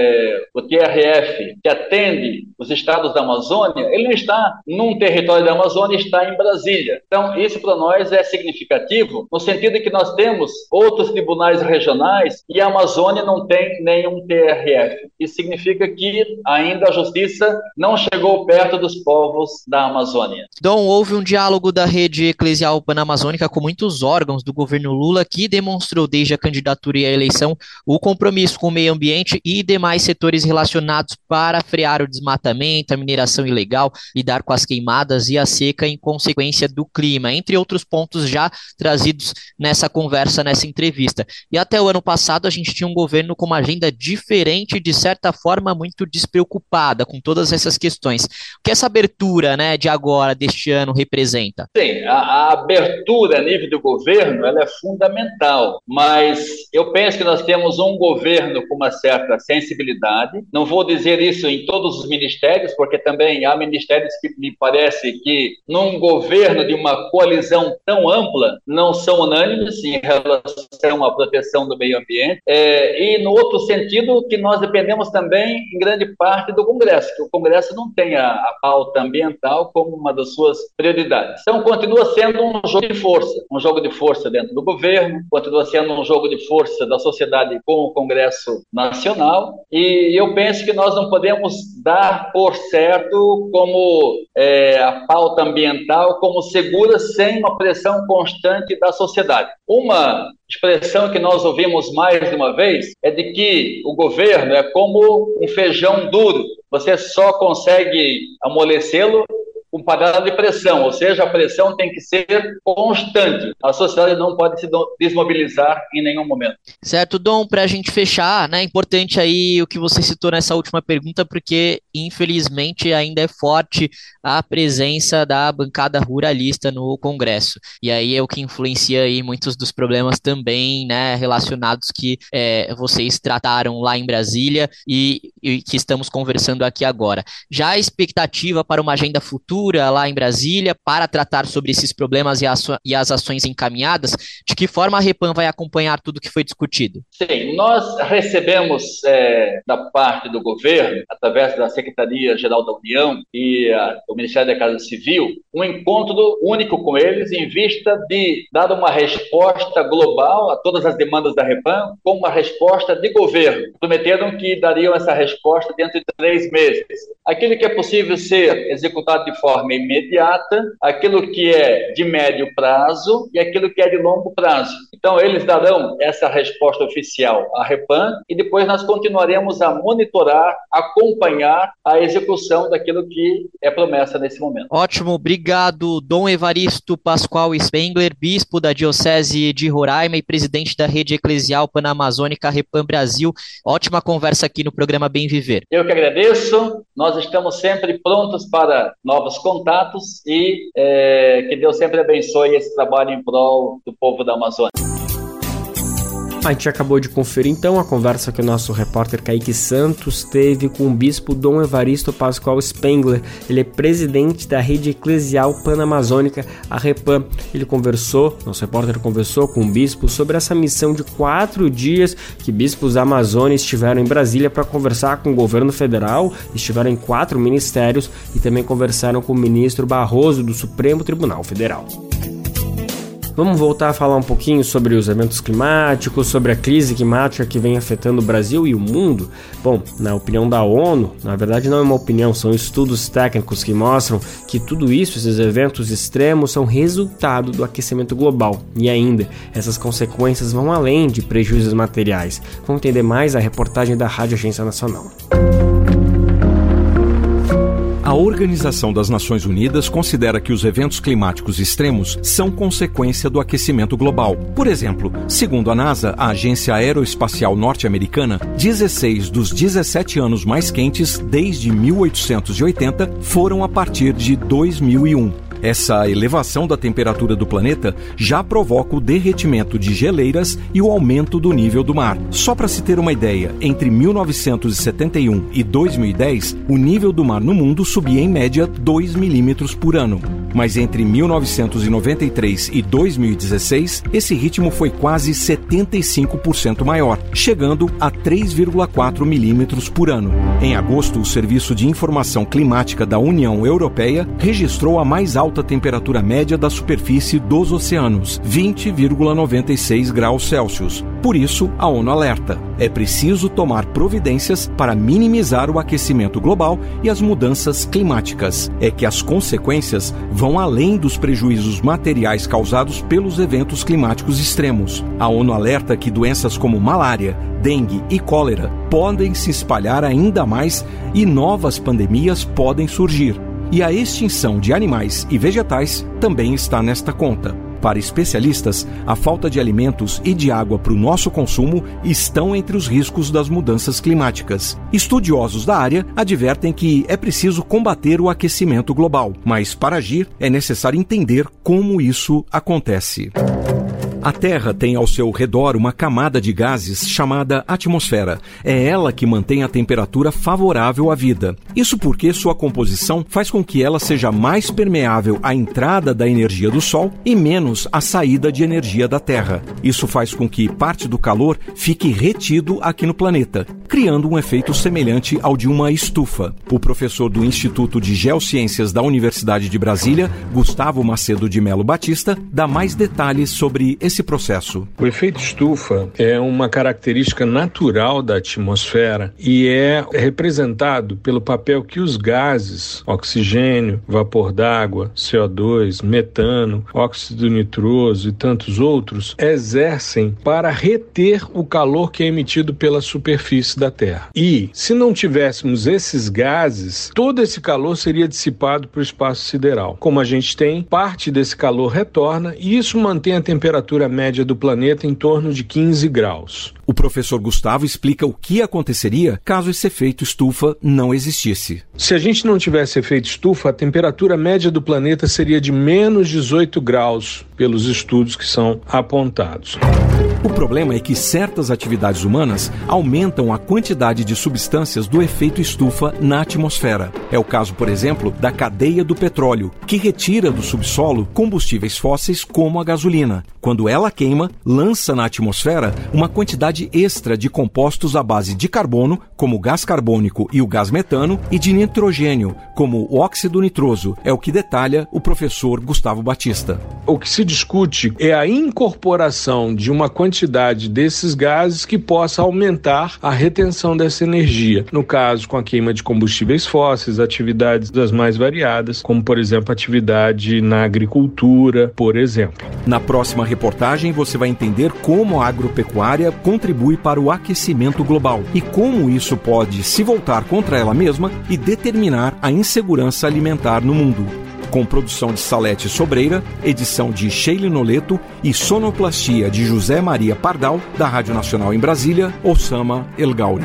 o TRF, que atende os estados da Amazônia, ele não está num território da Amazônia, está em Brasília. Então, isso para nós é significativo, no sentido de que nós temos outros tribunais regionais e a Amazônia não tem nenhum TRF. Isso significa que ainda a justiça não chegou perto dos povos da Amazônia. Dom, houve um diálogo da rede eclesial panamazônica com muitos órgãos do governo Lula que demonstrou desde a candidatura e a eleição o compromisso com o meio ambiente e demais setores relacionados para frear o desmatamento, a mineração ilegal, lidar com as queimadas e a seca em consequência do clima, entre outros pontos já trazidos nessa conversa, nessa entrevista. E até o ano passado a gente tinha um governo com uma agenda diferente e de certa forma muito despreocupada com todas essas questões. O que essa abertura, né, de agora, deste ano, representa? Sim, a abertura a nível do governo ela é fundamental, mas eu penso que nós temos um governo com uma certa sensibilidade. Não vou dizer isso em todos os ministérios, porque também há ministérios que me parece que num governo de uma coalizão tão ampla não são unânimes em relação à proteção do meio ambiente, e no outro sentido que nós dependemos também em grande parte do Congresso, que o Congresso não tem a pauta ambiental como uma das suas prioridades. Então continua sendo um jogo de força dentro do governo, continua sendo um jogo de força da sociedade com o Congresso Nacional, e eu penso que nós não podemos dar por certo como a pauta ambiental como segura sem uma pressão constante da sociedade. Uma expressão que nós ouvimos mais de uma vez é de que o governo é como um feijão duro, você só consegue amolecê-lo com panela de pressão, ou seja, a pressão tem que ser constante. A sociedade não pode se desmobilizar em nenhum momento. Certo, Dom, para a gente fechar, né, é importante aí o que você citou nessa última pergunta, porque infelizmente ainda é forte a presença da bancada ruralista no Congresso, e aí é o que influencia aí muitos dos problemas também, né, relacionados que vocês trataram lá em Brasília e que estamos conversando aqui agora. Já a expectativa para uma agenda futura lá em Brasília para tratar sobre esses problemas e as ações encaminhadas, de que forma a Repam vai acompanhar tudo que foi discutido? Sim, nós recebemos da parte do governo, através da Secretaria-Geral da União e do Ministério da Casa Civil, um encontro único com eles em vista de dar uma resposta global a todas as demandas da Repam com uma resposta de governo. Prometeram que dariam essa resposta dentro de 3 meses. Aquilo que é possível ser executado de forma imediata, aquilo que é de médio prazo e aquilo que é de longo prazo. Então, eles darão essa resposta oficial à Repam e depois nós continuaremos a monitorar, acompanhar a execução daquilo que é promessa nesse momento. Ótimo, obrigado, Dom Evaristo Pascoal Spengler, bispo da Diocese de Roraima e presidente da Rede Eclesial Panamazônica Repam Brasil. Ótima conversa aqui no programa Bem Viver. Eu que agradeço, nós estamos sempre prontos para novos contatos e que Deus sempre abençoe esse trabalho em prol do povo da Amazônia. A gente acabou de conferir então a conversa que o nosso repórter Kaique Santos teve com o bispo Dom Evaristo Pascoal Spengler. Ele é presidente da Rede Eclesial Panamazônica, a Repam. Nosso repórter conversou com o bispo sobre essa missão de 4 dias que bispos da Amazônia estiveram em Brasília para conversar com o governo federal, estiveram em 4 ministérios e também conversaram com o ministro Barroso do Supremo Tribunal Federal. Vamos voltar a falar um pouquinho sobre os eventos climáticos, sobre a crise climática que vem afetando o Brasil e o mundo. Bom, na opinião da ONU, na verdade não é uma opinião, são estudos técnicos que mostram que tudo isso, esses eventos extremos, são resultado do aquecimento global. E ainda, essas consequências vão além de prejuízos materiais. Vamos entender mais a reportagem da Rádio Agência Nacional. A Organização das Nações Unidas considera que os eventos climáticos extremos são consequência do aquecimento global. Por exemplo, segundo a NASA, a Agência Aeroespacial Norte-Americana, 16 dos 17 anos mais quentes desde 1880 foram a partir de 2001. Essa elevação da temperatura do planeta já provoca o derretimento de geleiras e o aumento do nível do mar. Só para se ter uma ideia, entre 1971 e 2010, o nível do mar no mundo subia em média 2 milímetros por ano. Mas entre 1993 e 2016, esse ritmo foi quase 75% maior, chegando a 3,4 milímetros por ano. Em agosto, o Serviço de Informação Climática da União Europeia registrou a mais alta temperatura média da superfície dos oceanos, 20,96 graus Celsius. Por isso, a ONU alerta: é preciso tomar providências para minimizar o aquecimento global e as mudanças climáticas. É que as consequências vão além dos prejuízos materiais causados pelos eventos climáticos extremos. A ONU alerta que doenças como malária, dengue e cólera podem se espalhar ainda mais e novas pandemias podem surgir. E a extinção de animais e vegetais também está nesta conta. Para especialistas, a falta de alimentos e de água para o nosso consumo estão entre os riscos das mudanças climáticas. Estudiosos da área advertem que é preciso combater o aquecimento global, mas para agir é necessário entender como isso acontece. A Terra tem ao seu redor uma camada de gases chamada atmosfera. É ela que mantém a temperatura favorável à vida. Isso porque sua composição faz com que ela seja mais permeável à entrada da energia do Sol e menos à saída de energia da Terra. Isso faz com que parte do calor fique retido aqui no planeta, criando um efeito semelhante ao de uma estufa. O professor do Instituto de Geociências da Universidade de Brasília, Gustavo Macedo de Melo Batista, dá mais detalhes sobre esse processo. O efeito estufa é uma característica natural da atmosfera e é representado pelo papel que os gases, oxigênio, vapor d'água, CO2, metano, óxido nitroso e tantos outros, exercem para reter o calor que é emitido pela superfície da Terra. E, se não tivéssemos esses gases, todo esse calor seria dissipado para o espaço sideral. Como a gente tem, parte desse calor retorna e isso mantém a temperatura média do planeta em torno de 15 graus. O professor Gustavo explica o que aconteceria caso esse efeito estufa não existisse. Se a gente não tivesse efeito estufa, a temperatura média do planeta seria de menos 18 graus, pelos estudos que são apontados. O problema é que certas atividades humanas aumentam a quantidade de substâncias do efeito estufa na atmosfera. É o caso, por exemplo, da cadeia do petróleo, que retira do subsolo combustíveis fósseis como a gasolina. Quando ela queima, lança na atmosfera uma quantidade extra de compostos à base de carbono, como o gás carbônico e o gás metano, e de nitrogênio, como o óxido nitroso. É o que detalha o professor Gustavo Batista. O que se discute é a incorporação de uma quantidade desses gases que possa aumentar a retenção dessa energia. No caso, com a queima de combustíveis fósseis, atividades das mais variadas, como, por exemplo, atividade na agricultura, por exemplo. Na próxima reportagem, você vai entender como a agropecuária contribui para o aquecimento global e como isso pode se voltar contra ela mesma e determinar a insegurança alimentar no mundo. Com produção de Salete Sobreira, edição de Sheila Noleto e sonoplastia de José Maria Pardal, da Rádio Nacional em Brasília, Osama El Gauri.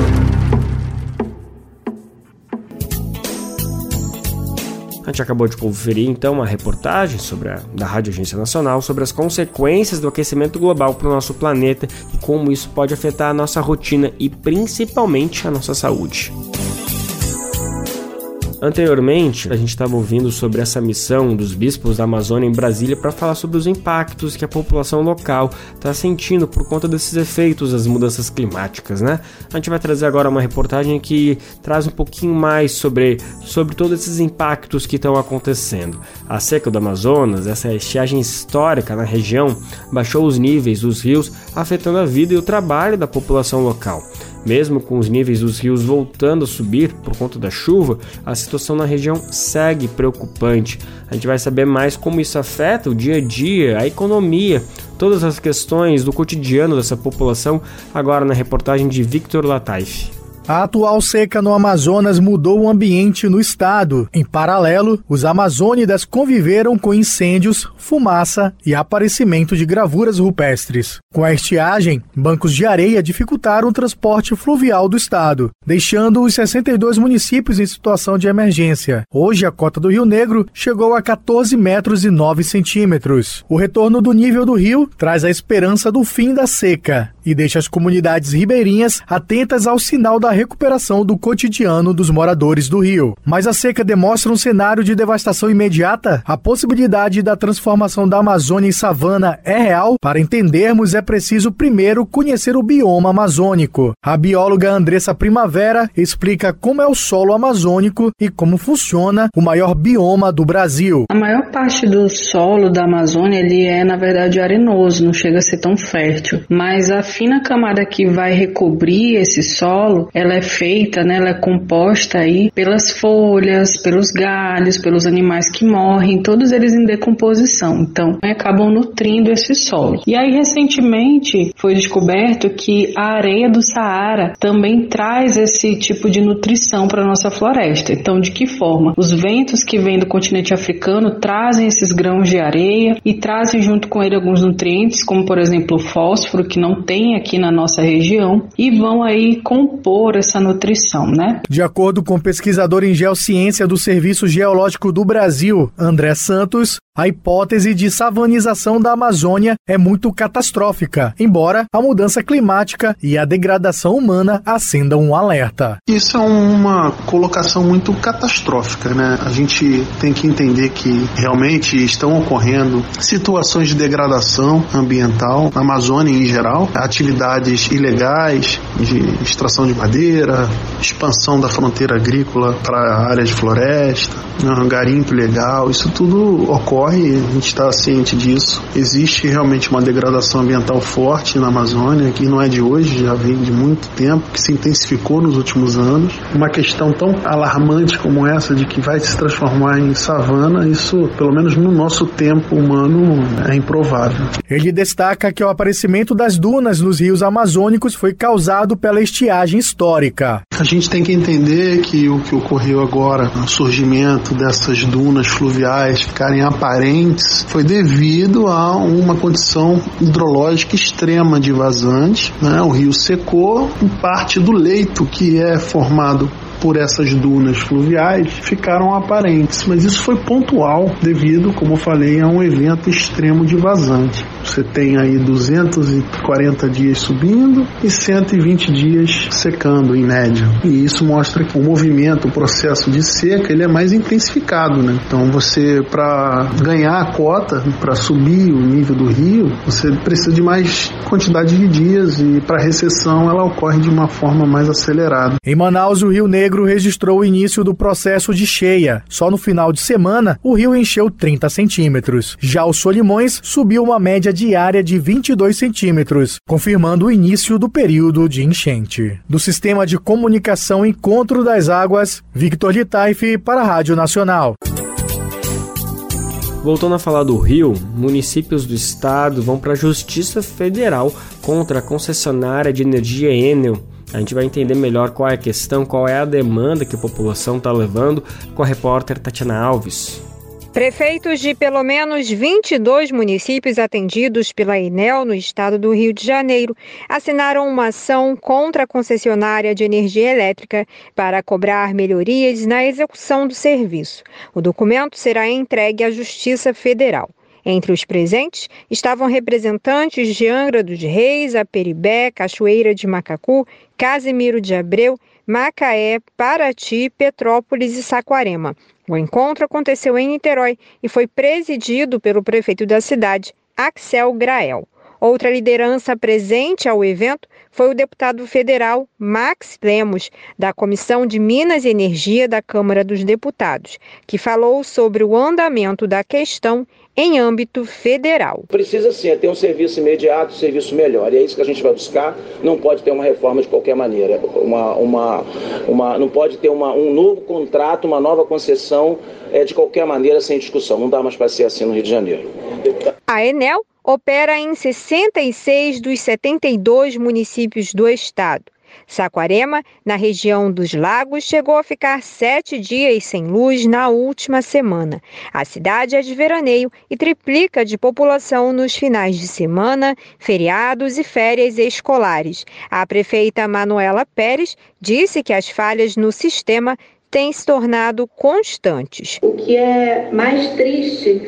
A gente acabou de conferir, então, uma reportagem da Rádio Agência Nacional sobre as consequências do aquecimento global para o nosso planeta e como isso pode afetar a nossa rotina e, principalmente, a nossa saúde. Anteriormente, a gente estava ouvindo sobre essa missão dos bispos da Amazônia em Brasília para falar sobre os impactos que a população local está sentindo por conta desses efeitos das mudanças climáticas, né? A gente vai trazer agora uma reportagem que traz um pouquinho mais sobre todos esses impactos que estão acontecendo. A seca do Amazonas, essa estiagem histórica na região, baixou os níveis dos rios, afetando a vida e o trabalho da população local. Mesmo com os níveis dos rios voltando a subir por conta da chuva, a situação na região segue preocupante. A gente vai saber mais como isso afeta o dia a dia, a economia, todas as questões do cotidiano dessa população, agora na reportagem de Victor Lataif. A atual seca no Amazonas mudou o ambiente no estado. Em paralelo, os amazônidas conviveram com incêndios, fumaça e aparecimento de gravuras rupestres. Com a estiagem, bancos de areia dificultaram o transporte fluvial do estado, deixando os 62 municípios em situação de emergência. Hoje, a cota do Rio Negro chegou a 14 metros e 9 centímetros. O retorno do nível do rio traz a esperança do fim da seca e deixa as comunidades ribeirinhas atentas ao sinal da recuperação do cotidiano dos moradores do rio. Mas a seca demonstra um cenário de devastação imediata? A possibilidade da transformação da Amazônia em savana é real? Para entendermos, é preciso primeiro conhecer o bioma amazônico. A bióloga Andressa Primavera explica como é o solo amazônico e como funciona o maior bioma do Brasil. A maior parte do solo da Amazônia ele é, na verdade, arenoso, não chega a ser tão fértil, mas a fina camada que vai recobrir esse solo, ela é feita, né, ela é composta aí pelas folhas, pelos galhos, pelos animais que morrem, todos eles em decomposição, então acabam nutrindo esse solo. E aí recentemente foi descoberto que a areia do Saara também traz esse tipo de nutrição para a nossa floresta. Então, de que forma? Os ventos que vêm do continente africano trazem esses grãos de areia e trazem junto com ele alguns nutrientes, como por exemplo o fósforo, que não tem aqui na nossa região, e vão aí compor essa nutrição, né? De acordo com o pesquisador em geociência do Serviço Geológico do Brasil, André Santos, a hipótese de savanização da Amazônia é muito catastrófica, embora a mudança climática e a degradação humana acendam um alerta. Isso é uma colocação muito catastrófica, né? A gente tem que entender que realmente estão ocorrendo situações de degradação ambiental na Amazônia em geral, atividades ilegais de extração de madeira, expansão da fronteira agrícola para áreas de floresta, garimpo ilegal, isso tudo ocorre, a gente está ciente disso. Existe realmente uma degradação ambiental forte na Amazônia, que não é de hoje, já vem de muito tempo, que se intensificou nos últimos anos. Uma questão tão alarmante como essa de que vai se transformar em savana, isso, pelo menos no nosso tempo humano, é improvável. Ele destaca que o aparecimento das dunas nos rios amazônicos foi causado pela estiagem histórica. A gente tem que entender que o que ocorreu agora, o surgimento dessas dunas fluviais ficarem aparentes, foi devido a uma condição hidrológica extrema de vazante, né? O rio secou e parte do leito que é formado por essas dunas fluviais ficaram aparentes, mas isso foi pontual devido, como eu falei, a um evento extremo de vazante. Você tem aí 240 dias subindo e 120 dias secando em média, e isso mostra que o movimento, o processo de seca, ele é mais intensificado, né? Então você, para ganhar a cota, para subir o nível do rio, você precisa de mais quantidade de dias, e para a recessão ela ocorre de uma forma mais acelerada. Em Manaus, o Rio Negro registrou o início do processo de cheia. Só no final de semana, o rio encheu 30 centímetros. Já o Solimões subiu uma média diária de 22 centímetros, confirmando o início do período de enchente. Do Sistema de Comunicação Encontro das Águas, Victor Litaife para a Rádio Nacional. Voltando a falar do Rio, municípios do estado vão para a Justiça Federal contra a concessionária de energia Enel. A gente vai entender melhor qual é a questão, qual é a demanda que a população está levando, com a repórter Tatiana Alves. Prefeitos de pelo menos 22 municípios atendidos pela Enel no estado do Rio de Janeiro assinaram uma ação contra a concessionária de energia elétrica para cobrar melhorias na execução do serviço. O documento será entregue à Justiça Federal. Entre os presentes estavam representantes de Angra dos Reis, Aperibé, Cachoeira de Macacu, Casimiro de Abreu, Macaé, Paraty, Petrópolis e Saquarema. O encontro aconteceu em Niterói e foi presidido pelo prefeito da cidade, Axel Grael. Outra liderança presente ao evento foi o deputado federal Max Lemos, da Comissão de Minas e Energia da Câmara dos Deputados, que falou sobre o andamento da questão em âmbito federal. Precisa sim ter um serviço imediato, um serviço melhor, e é isso que a gente vai buscar. Não pode ter uma reforma de qualquer maneira, não pode ter um novo contrato, uma nova concessão de qualquer maneira, sem discussão. Não dá mais para ser assim no Rio de Janeiro. A Enel opera em 66 dos 72 municípios do estado. Saquarema, na região dos Lagos, chegou a ficar 7 dias sem luz na última semana. A cidade é de veraneio e triplica de população nos finais de semana, feriados e férias escolares. A prefeita Manuela Pérez disse que as falhas no sistema têm se tornado constantes. O que é mais triste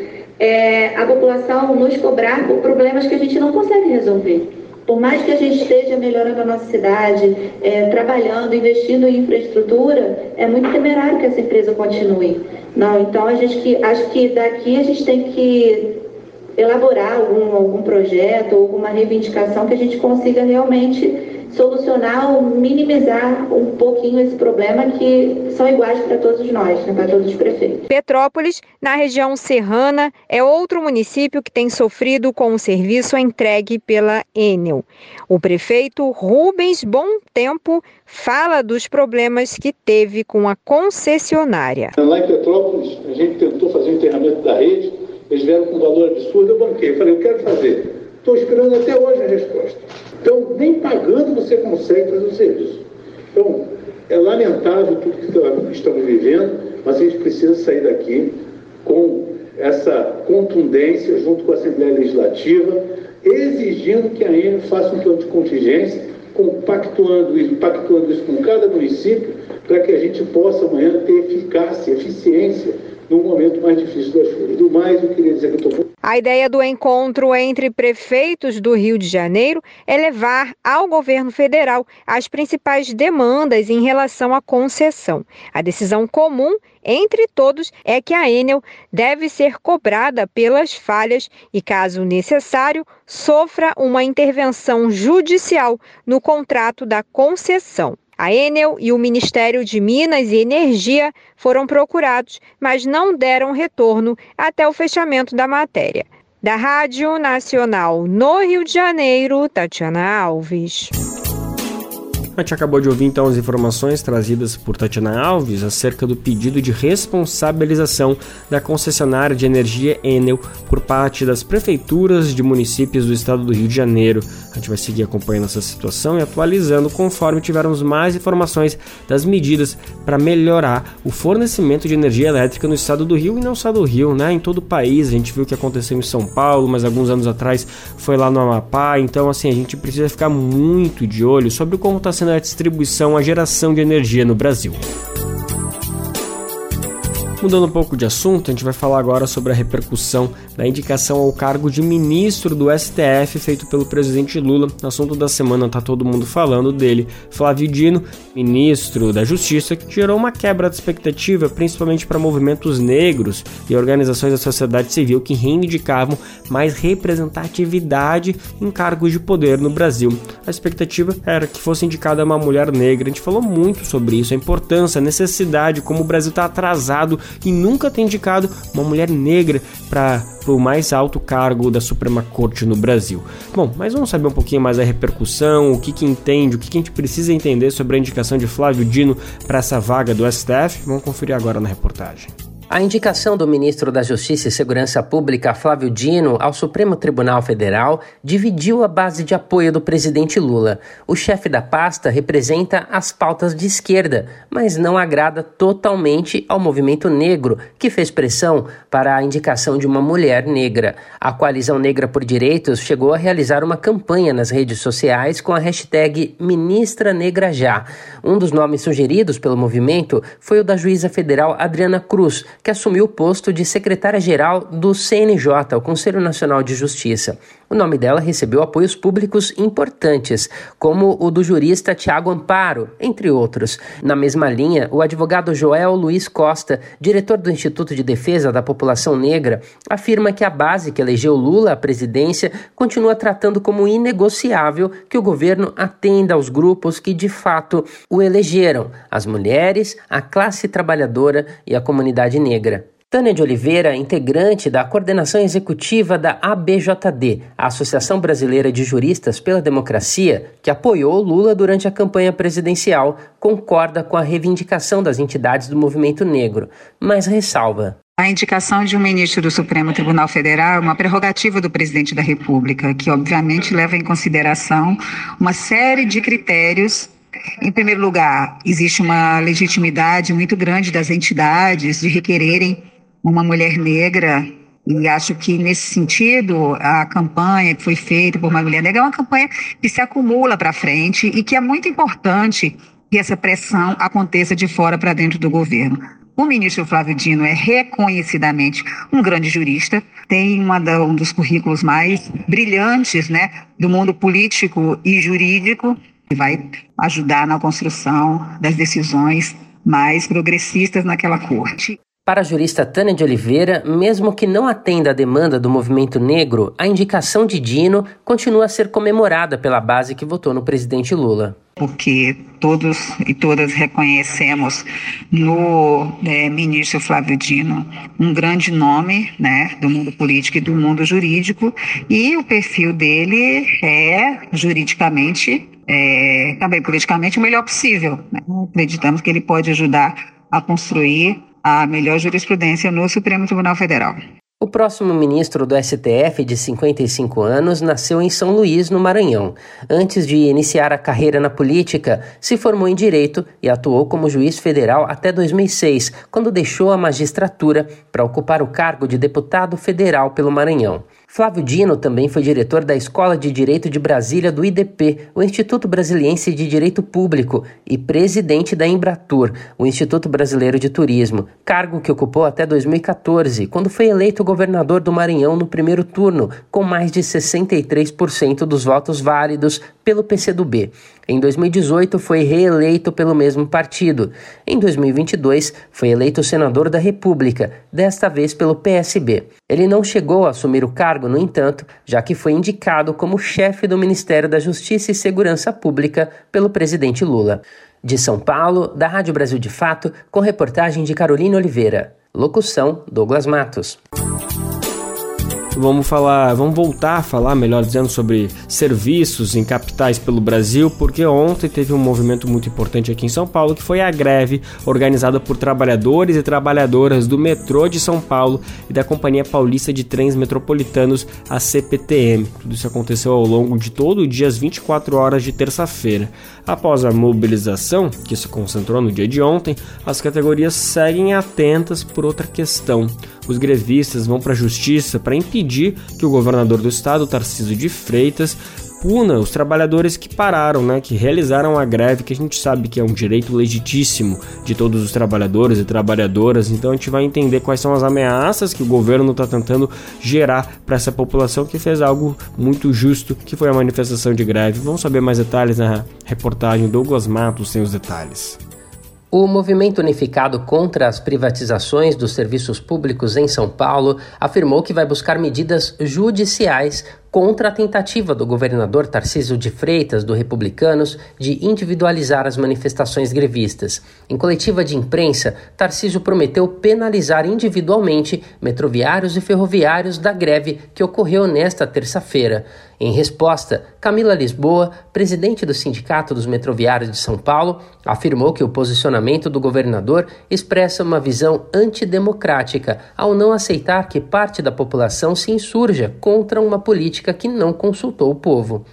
é a população nos cobrar por problemas que a gente não consegue resolver. Por mais que a gente esteja melhorando a nossa cidade, trabalhando, investindo em infraestrutura, é muito temerário que essa empresa continue. Não, então acho que daqui a gente tem que elaborar algum projeto, alguma reivindicação que a gente consiga realmente solucionar ou minimizar um pouquinho esse problema, que são iguais para todos nós, né, para todos os prefeitos. Petrópolis, na região serrana, é outro município que tem sofrido com o serviço entregue pela Enel. O prefeito Rubens Bom Tempo fala dos problemas que teve com a concessionária. Lá em Petrópolis, a gente tentou fazer o enterramento da rede, eles vieram com um valor absurdo, eu banquei, falei, eu quero fazer. Estou esperando até hoje a resposta. Então, nem pagando você consegue fazer o serviço. Então, é lamentável tudo que estamos vivendo, mas a gente precisa sair daqui com essa contundência, junto com a Assembleia Legislativa, exigindo que a Enel faça um plano de contingência, pactuando isso com cada município, para que a gente possa amanhã ter eficácia, eficiência, no momento mais difícil das coisas. Do mais, eu queria dizer que eu estou... A ideia do encontro entre prefeitos do Rio de Janeiro é levar ao governo federal as principais demandas em relação à concessão. A decisão comum entre todos é que a Enel deve ser cobrada pelas falhas e, caso necessário, sofra uma intervenção judicial no contrato da concessão. A Enel e o Ministério de Minas e Energia foram procurados, mas não deram retorno até o fechamento da matéria. Da Rádio Nacional no Rio de Janeiro, Tatiana Alves. A gente acabou de ouvir então as informações trazidas por Tatiana Alves acerca do pedido de responsabilização da concessionária de energia Enel por parte das prefeituras de municípios do estado do Rio de Janeiro. A gente vai seguir acompanhando essa situação e atualizando conforme tivermos mais informações das medidas para melhorar o fornecimento de energia elétrica no estado do Rio e não só do Rio, né? Em todo o país. A gente viu o que aconteceu em São Paulo, mas alguns anos atrás foi lá no Amapá. Então, assim, a gente precisa ficar muito de olho sobre como está sendo a distribuição, a geração de energia no Brasil. Mudando um pouco de assunto, a gente vai falar agora sobre a repercussão da indicação ao cargo de ministro do STF feito pelo presidente Lula. No assunto da semana tá todo mundo falando dele. Flávio Dino, ministro da Justiça, que gerou uma quebra de expectativa, principalmente para movimentos negros e organizações da sociedade civil que reivindicavam mais representatividade em cargos de poder no Brasil. A expectativa era que fosse indicada uma mulher negra. A gente falou muito sobre isso, a importância, a necessidade, como o Brasil está atrasado e nunca tem indicado uma mulher negra para o mais alto cargo da Suprema Corte no Brasil. Bom, mas vamos saber um pouquinho mais da repercussão, o que entende, o que a gente precisa entender sobre a indicação de Flávio Dino para essa vaga do STF. Vamos conferir agora na reportagem. A indicação do ministro da Justiça e Segurança Pública, Flávio Dino, ao Supremo Tribunal Federal dividiu a base de apoio do presidente Lula. O chefe da pasta representa as pautas de esquerda, mas não agrada totalmente ao movimento negro, que fez pressão para a indicação de uma mulher negra. A Coalizão Negra por Direitos chegou a realizar uma campanha nas redes sociais com a hashtag Ministra Negra Já. Um dos nomes sugeridos pelo movimento foi o da juíza federal Adriana Cruz, que assumiu o posto de secretária-geral do CNJ, o Conselho Nacional de Justiça. O nome dela recebeu apoios públicos importantes, como o do jurista Tiago Amparo, entre outros. Na mesma linha, o advogado Joel Luiz Costa, diretor do Instituto de Defesa da População Negra, afirma que a base que elegeu Lula à presidência continua tratando como inegociável que o governo atenda aos grupos que de fato o elegeram: as mulheres, a classe trabalhadora e a comunidade negra. Tânia de Oliveira, integrante da coordenação executiva da ABJD, a Associação Brasileira de Juristas pela Democracia, que apoiou Lula durante a campanha presidencial, concorda com a reivindicação das entidades do movimento negro, mas ressalva. A indicação de um ministro do Supremo Tribunal Federal é uma prerrogativa do presidente da República, que obviamente leva em consideração uma série de critérios Em primeiro lugar, existe uma legitimidade muito grande das entidades de requererem uma mulher negra, e acho que, nesse sentido, a campanha que foi feita por uma mulher negra é uma campanha que se acumula para frente e que é muito importante que essa pressão aconteça de fora para dentro do governo. O ministro Flávio Dino é reconhecidamente um grande jurista, tem um dos currículos mais brilhantes, né, do mundo político e jurídico, que vai ajudar na construção das decisões mais progressistas naquela corte. Para a jurista Tânia de Oliveira, mesmo que não atenda à demanda do movimento negro, a indicação de Dino continua a ser comemorada pela base que votou no presidente Lula. Porque todos e todas reconhecemos no ministro Flávio Dino um grande nome, né, do mundo político e do mundo jurídico, e o perfil dele é juridicamente, também politicamente, o melhor possível, né? Acreditamos que ele pode ajudar a construir a melhor jurisprudência no Supremo Tribunal Federal. O próximo ministro do STF, de 55 anos, nasceu em São Luís, no Maranhão. Antes de iniciar a carreira na política, se formou em Direito e atuou como juiz federal até 2006, quando deixou a magistratura para ocupar o cargo de deputado federal pelo Maranhão. Flávio Dino também foi diretor da Escola de Direito de Brasília do IDP, o Instituto Brasiliense de Direito Público, e presidente da Embratur, o Instituto Brasileiro de Turismo, cargo que ocupou até 2014, quando foi eleito governador do Maranhão no primeiro turno, com mais de 63% dos votos válidos pelo PCdoB. Em 2018, foi reeleito pelo mesmo partido. Em 2022, foi eleito senador da República, desta vez pelo PSB. Ele não chegou a assumir o cargo, no entanto, já que foi indicado como chefe do Ministério da Justiça e Segurança Pública pelo presidente Lula. De São Paulo, da Rádio Brasil de Fato, com reportagem de Carolina Oliveira. Locução, Douglas Matos. Vamos voltar a falar, melhor dizendo, sobre serviços em capitais pelo Brasil, porque ontem teve um movimento muito importante aqui em São Paulo, que foi a greve organizada por trabalhadores e trabalhadoras do metrô de São Paulo e da Companhia Paulista de Trens Metropolitanos, a CPTM. Tudo isso aconteceu ao longo de todo o dia, às 24 horas de terça-feira. Após a mobilização, que se concentrou no dia de ontem, as categorias seguem atentas por outra questão. Os grevistas vão para a justiça para impedir que o governador do estado, Tarcísio de Freitas, puna os trabalhadores que pararam, que realizaram a greve, que a gente sabe que é um direito legitíssimo de todos os trabalhadores e trabalhadoras. Então a gente vai entender quais são as ameaças que o governo está tentando gerar para essa população que fez algo muito justo, que foi a manifestação de greve. Vamos saber mais detalhes na reportagem. Douglas Matos tem os detalhes. O Movimento Unificado contra as Privatizações dos Serviços Públicos em São Paulo afirmou que vai buscar medidas judiciais contra a tentativa do governador Tarcísio de Freitas, do Republicanos, de individualizar as manifestações grevistas. Em coletiva de imprensa, Tarcísio prometeu penalizar individualmente metroviários e ferroviários da greve que ocorreu nesta terça-feira. Em resposta, Camila Lisboa, presidente do Sindicato dos Metroviários de São Paulo, afirmou que o posicionamento do governador expressa uma visão antidemocrática ao não aceitar que parte da população se insurja contra uma política que não consultou o povo.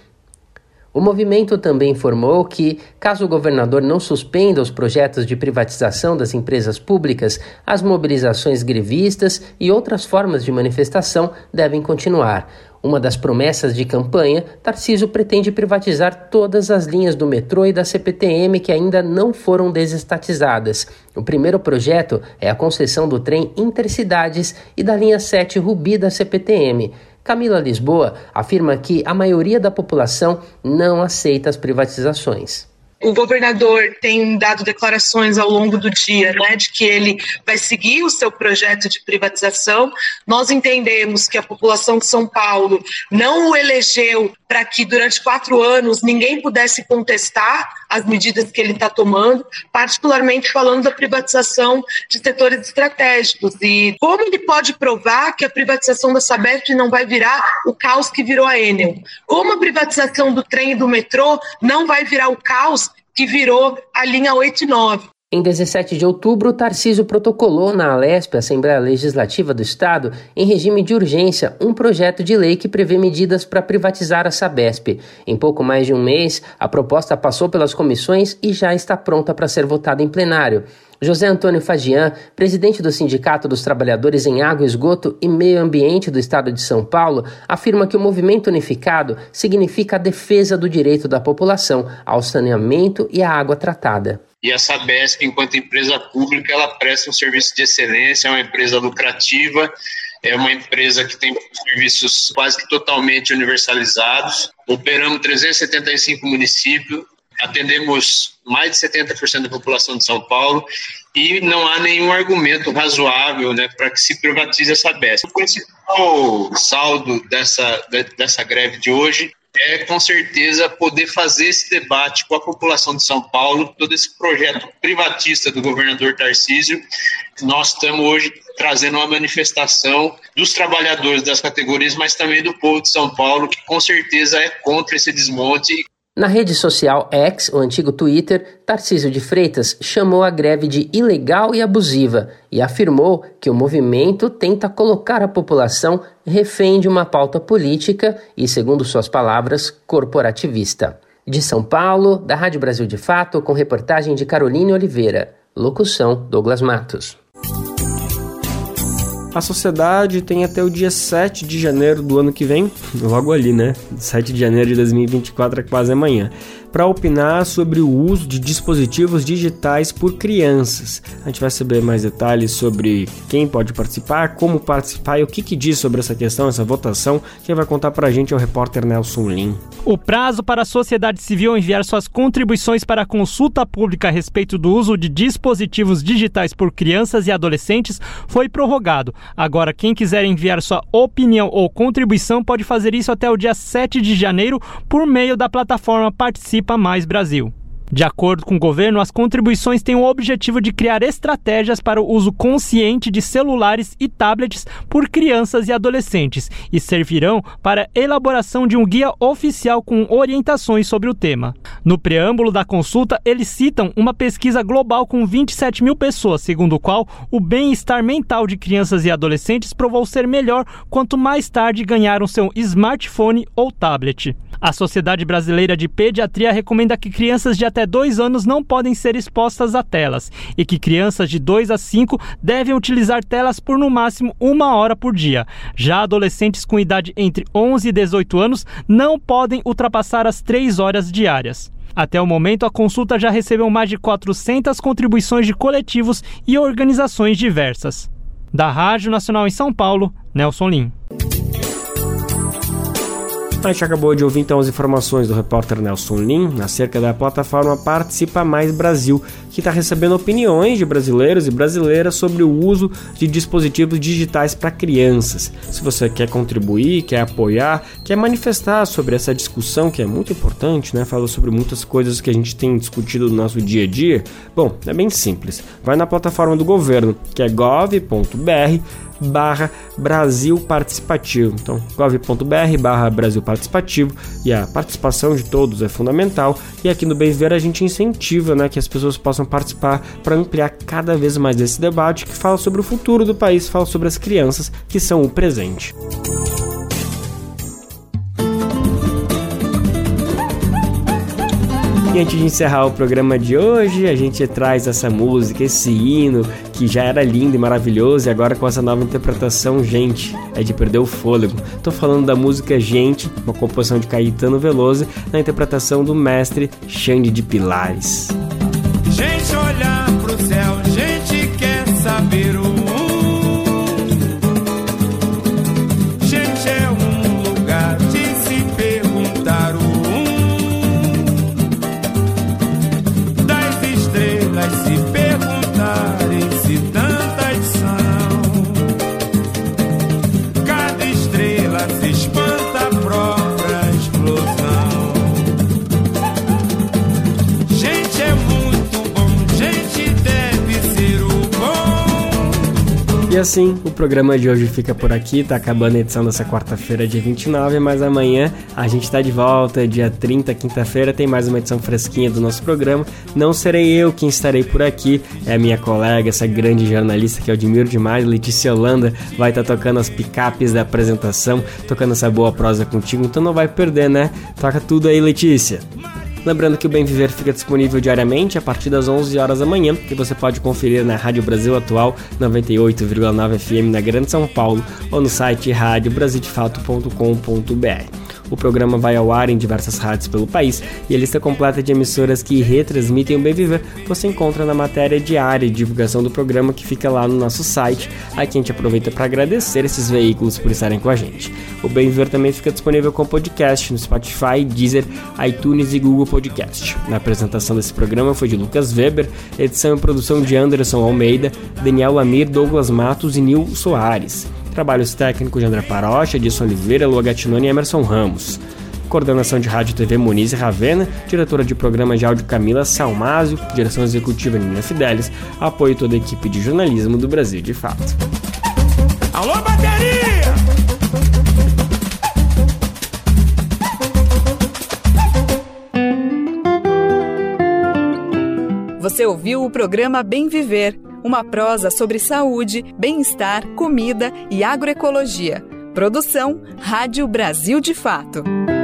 O movimento também informou que, caso o governador não suspenda os projetos de privatização das empresas públicas, as mobilizações grevistas e outras formas de manifestação devem continuar. Uma das promessas de campanha, Tarcísio pretende privatizar todas as linhas do metrô e da CPTM que ainda não foram desestatizadas. O primeiro projeto é a concessão do trem Intercidades e da linha 7 Rubi da CPTM. Camila Lisboa afirma que a maioria da população não aceita as privatizações. O governador tem dado declarações ao longo do dia, de que ele vai seguir o seu projeto de privatização. Nós entendemos que a população de São Paulo não o elegeu para que durante 4 anos ninguém pudesse contestar as medidas que ele está tomando, particularmente falando da privatização de setores estratégicos. E como ele pode provar que a privatização da Sabesp não vai virar o caos que virou a Enel? Como a privatização do trem e do metrô não vai virar o caos que virou a linha 8 e 9? Em 17 de outubro, Tarcísio protocolou na Alesp, Assembleia Legislativa do Estado, em regime de urgência, um projeto de lei que prevê medidas para privatizar a Sabesp. Em pouco mais de um mês, a proposta passou pelas comissões e já está pronta para ser votada em plenário. José Antônio Fagian, presidente do Sindicato dos Trabalhadores em Água, Esgoto e Meio Ambiente do Estado de São Paulo, afirma que o movimento unificado significa a defesa do direito da população ao saneamento e à água tratada. E a Sabesp, enquanto empresa pública, ela presta um serviço de excelência, é uma empresa lucrativa, é uma empresa que tem serviços quase que totalmente universalizados. Operamos 375 municípios, atendemos mais de 70% da população de São Paulo e não há nenhum argumento razoável, né, para que se privatize a Sabesp. O principal saldo dessa greve de hoje é, com certeza, poder fazer esse debate com a população de São Paulo, todo esse projeto privatista do governador Tarcísio. Nós estamos hoje trazendo uma manifestação dos trabalhadores das categorias, mas também do povo de São Paulo, que com certeza é contra esse desmonte. Na rede social X, o antigo Twitter, Tarcísio de Freitas chamou a greve de ilegal e abusiva e afirmou que o movimento tenta colocar a população refém de uma pauta política e, segundo suas palavras, corporativista. De São Paulo, da Rádio Brasil de Fato, com reportagem de Caroline Oliveira. Locução, Douglas Matos. A sociedade tem até o dia 7 de janeiro do ano que vem, logo ali, né? 7 de janeiro de 2024 é quase amanhã, para opinar sobre o uso de dispositivos digitais por crianças. A gente vai saber mais detalhes sobre quem pode participar, como participar e o que diz sobre essa questão, essa votação. Quem vai contar pra gente é o repórter Nelson Lim. O prazo para a sociedade civil enviar suas contribuições para a consulta pública a respeito do uso de dispositivos digitais por crianças e adolescentes foi prorrogado. Agora, quem quiser enviar sua opinião ou contribuição pode fazer isso até o dia 7 de janeiro por meio da plataforma Participa Mais Brasil. De acordo com o governo, as contribuições têm o objetivo de criar estratégias para o uso consciente de celulares e tablets por crianças e adolescentes e servirão para a elaboração de um guia oficial com orientações sobre o tema. No preâmbulo da consulta, eles citam uma pesquisa global com 27 mil pessoas, segundo o qual o bem-estar mental de crianças e adolescentes provou ser melhor quanto mais tarde ganharam seu smartphone ou tablet. A Sociedade Brasileira de Pediatria recomenda que crianças de até 2 anos não podem ser expostas a telas e que crianças de 2 a 5 devem utilizar telas por no máximo 1 hora por dia. Já adolescentes com idade entre 11 e 18 anos não podem ultrapassar as 3 horas diárias. Até o momento, a consulta já recebeu mais de 400 contribuições de coletivos e organizações diversas. Da Rádio Nacional em São Paulo, Nelson Lim. A gente acabou de ouvir então as informações do repórter Nelson Lim acerca da plataforma Participa Mais Brasil, que está recebendo opiniões de brasileiros e brasileiras sobre o uso de dispositivos digitais para crianças. Se você quer contribuir, quer apoiar, quer manifestar sobre essa discussão que é muito importante, né? Fala sobre muitas coisas que a gente tem discutido no nosso dia a dia. Bom, é bem simples. Vai na plataforma do governo, que é gov.br/Brasil Participativo. Então, gov.br/Brasil Participativo, e a participação de todos é fundamental. E aqui no Bem Viver a gente incentiva, né, que as pessoas possam participar para ampliar cada vez mais esse debate que fala sobre o futuro do país, fala sobre as crianças que são o presente. E antes de encerrar o programa de hoje, a gente traz essa música, esse hino, que já era lindo e maravilhoso, e agora com essa nova interpretação, gente, é de perder o fôlego. Tô falando da música Gente, uma composição de Caetano Veloso, na interpretação do mestre Xande de Pilares. Gente, olhar pro céu, gente quer saber o mundo. Gente, é um lugar de se perguntar o se perguntarem se tantas são. Cada estrela se espanta a própria explosão. Gente, é muito bom, assim, o programa de hoje fica por aqui, tá acabando a edição dessa quarta-feira, dia 29, mas amanhã a gente tá de volta, dia 30, quinta-feira, tem mais uma edição fresquinha do nosso programa. Não serei eu quem estarei por aqui, é a minha colega, essa grande jornalista que eu admiro demais, Letícia Holanda, vai estar tocando as picapes da apresentação, tocando essa boa prosa contigo, então não vai perder, né? Toca tudo aí, Letícia. Lembrando que o Bem Viver fica disponível diariamente a partir das 11 horas da manhã, que você pode conferir na Rádio Brasil Atual 98,9 FM na Grande São Paulo ou no site radiobrasildefato.com.br. O programa vai ao ar em diversas rádios pelo país e a lista completa de emissoras que retransmitem o Bem Viver você encontra na matéria diária de divulgação do programa que fica lá no nosso site. Aqui a gente aproveita para agradecer esses veículos por estarem com a gente. O Bem Viver também fica disponível com podcast no Spotify, Deezer, iTunes e Google Podcast. Na apresentação desse programa foi de Lucas Weber, edição e produção de Anderson Almeida, Daniel Lamir, Douglas Matos e Nil Soares. Trabalhos técnicos de André Parocha, Edson Oliveira, Lua Gattinoni e Emerson Ramos. Coordenação de Rádio e TV Muniz e Ravena, diretora de programa de áudio Camila Salmásio, direção executiva Nina Fidelis, apoio toda a equipe de jornalismo do Brasil de Fato. Alô, bateria! Você ouviu o programa Bem Viver, uma prosa sobre saúde, bem-estar, comida e agroecologia. Produção Rádio Brasil de Fato.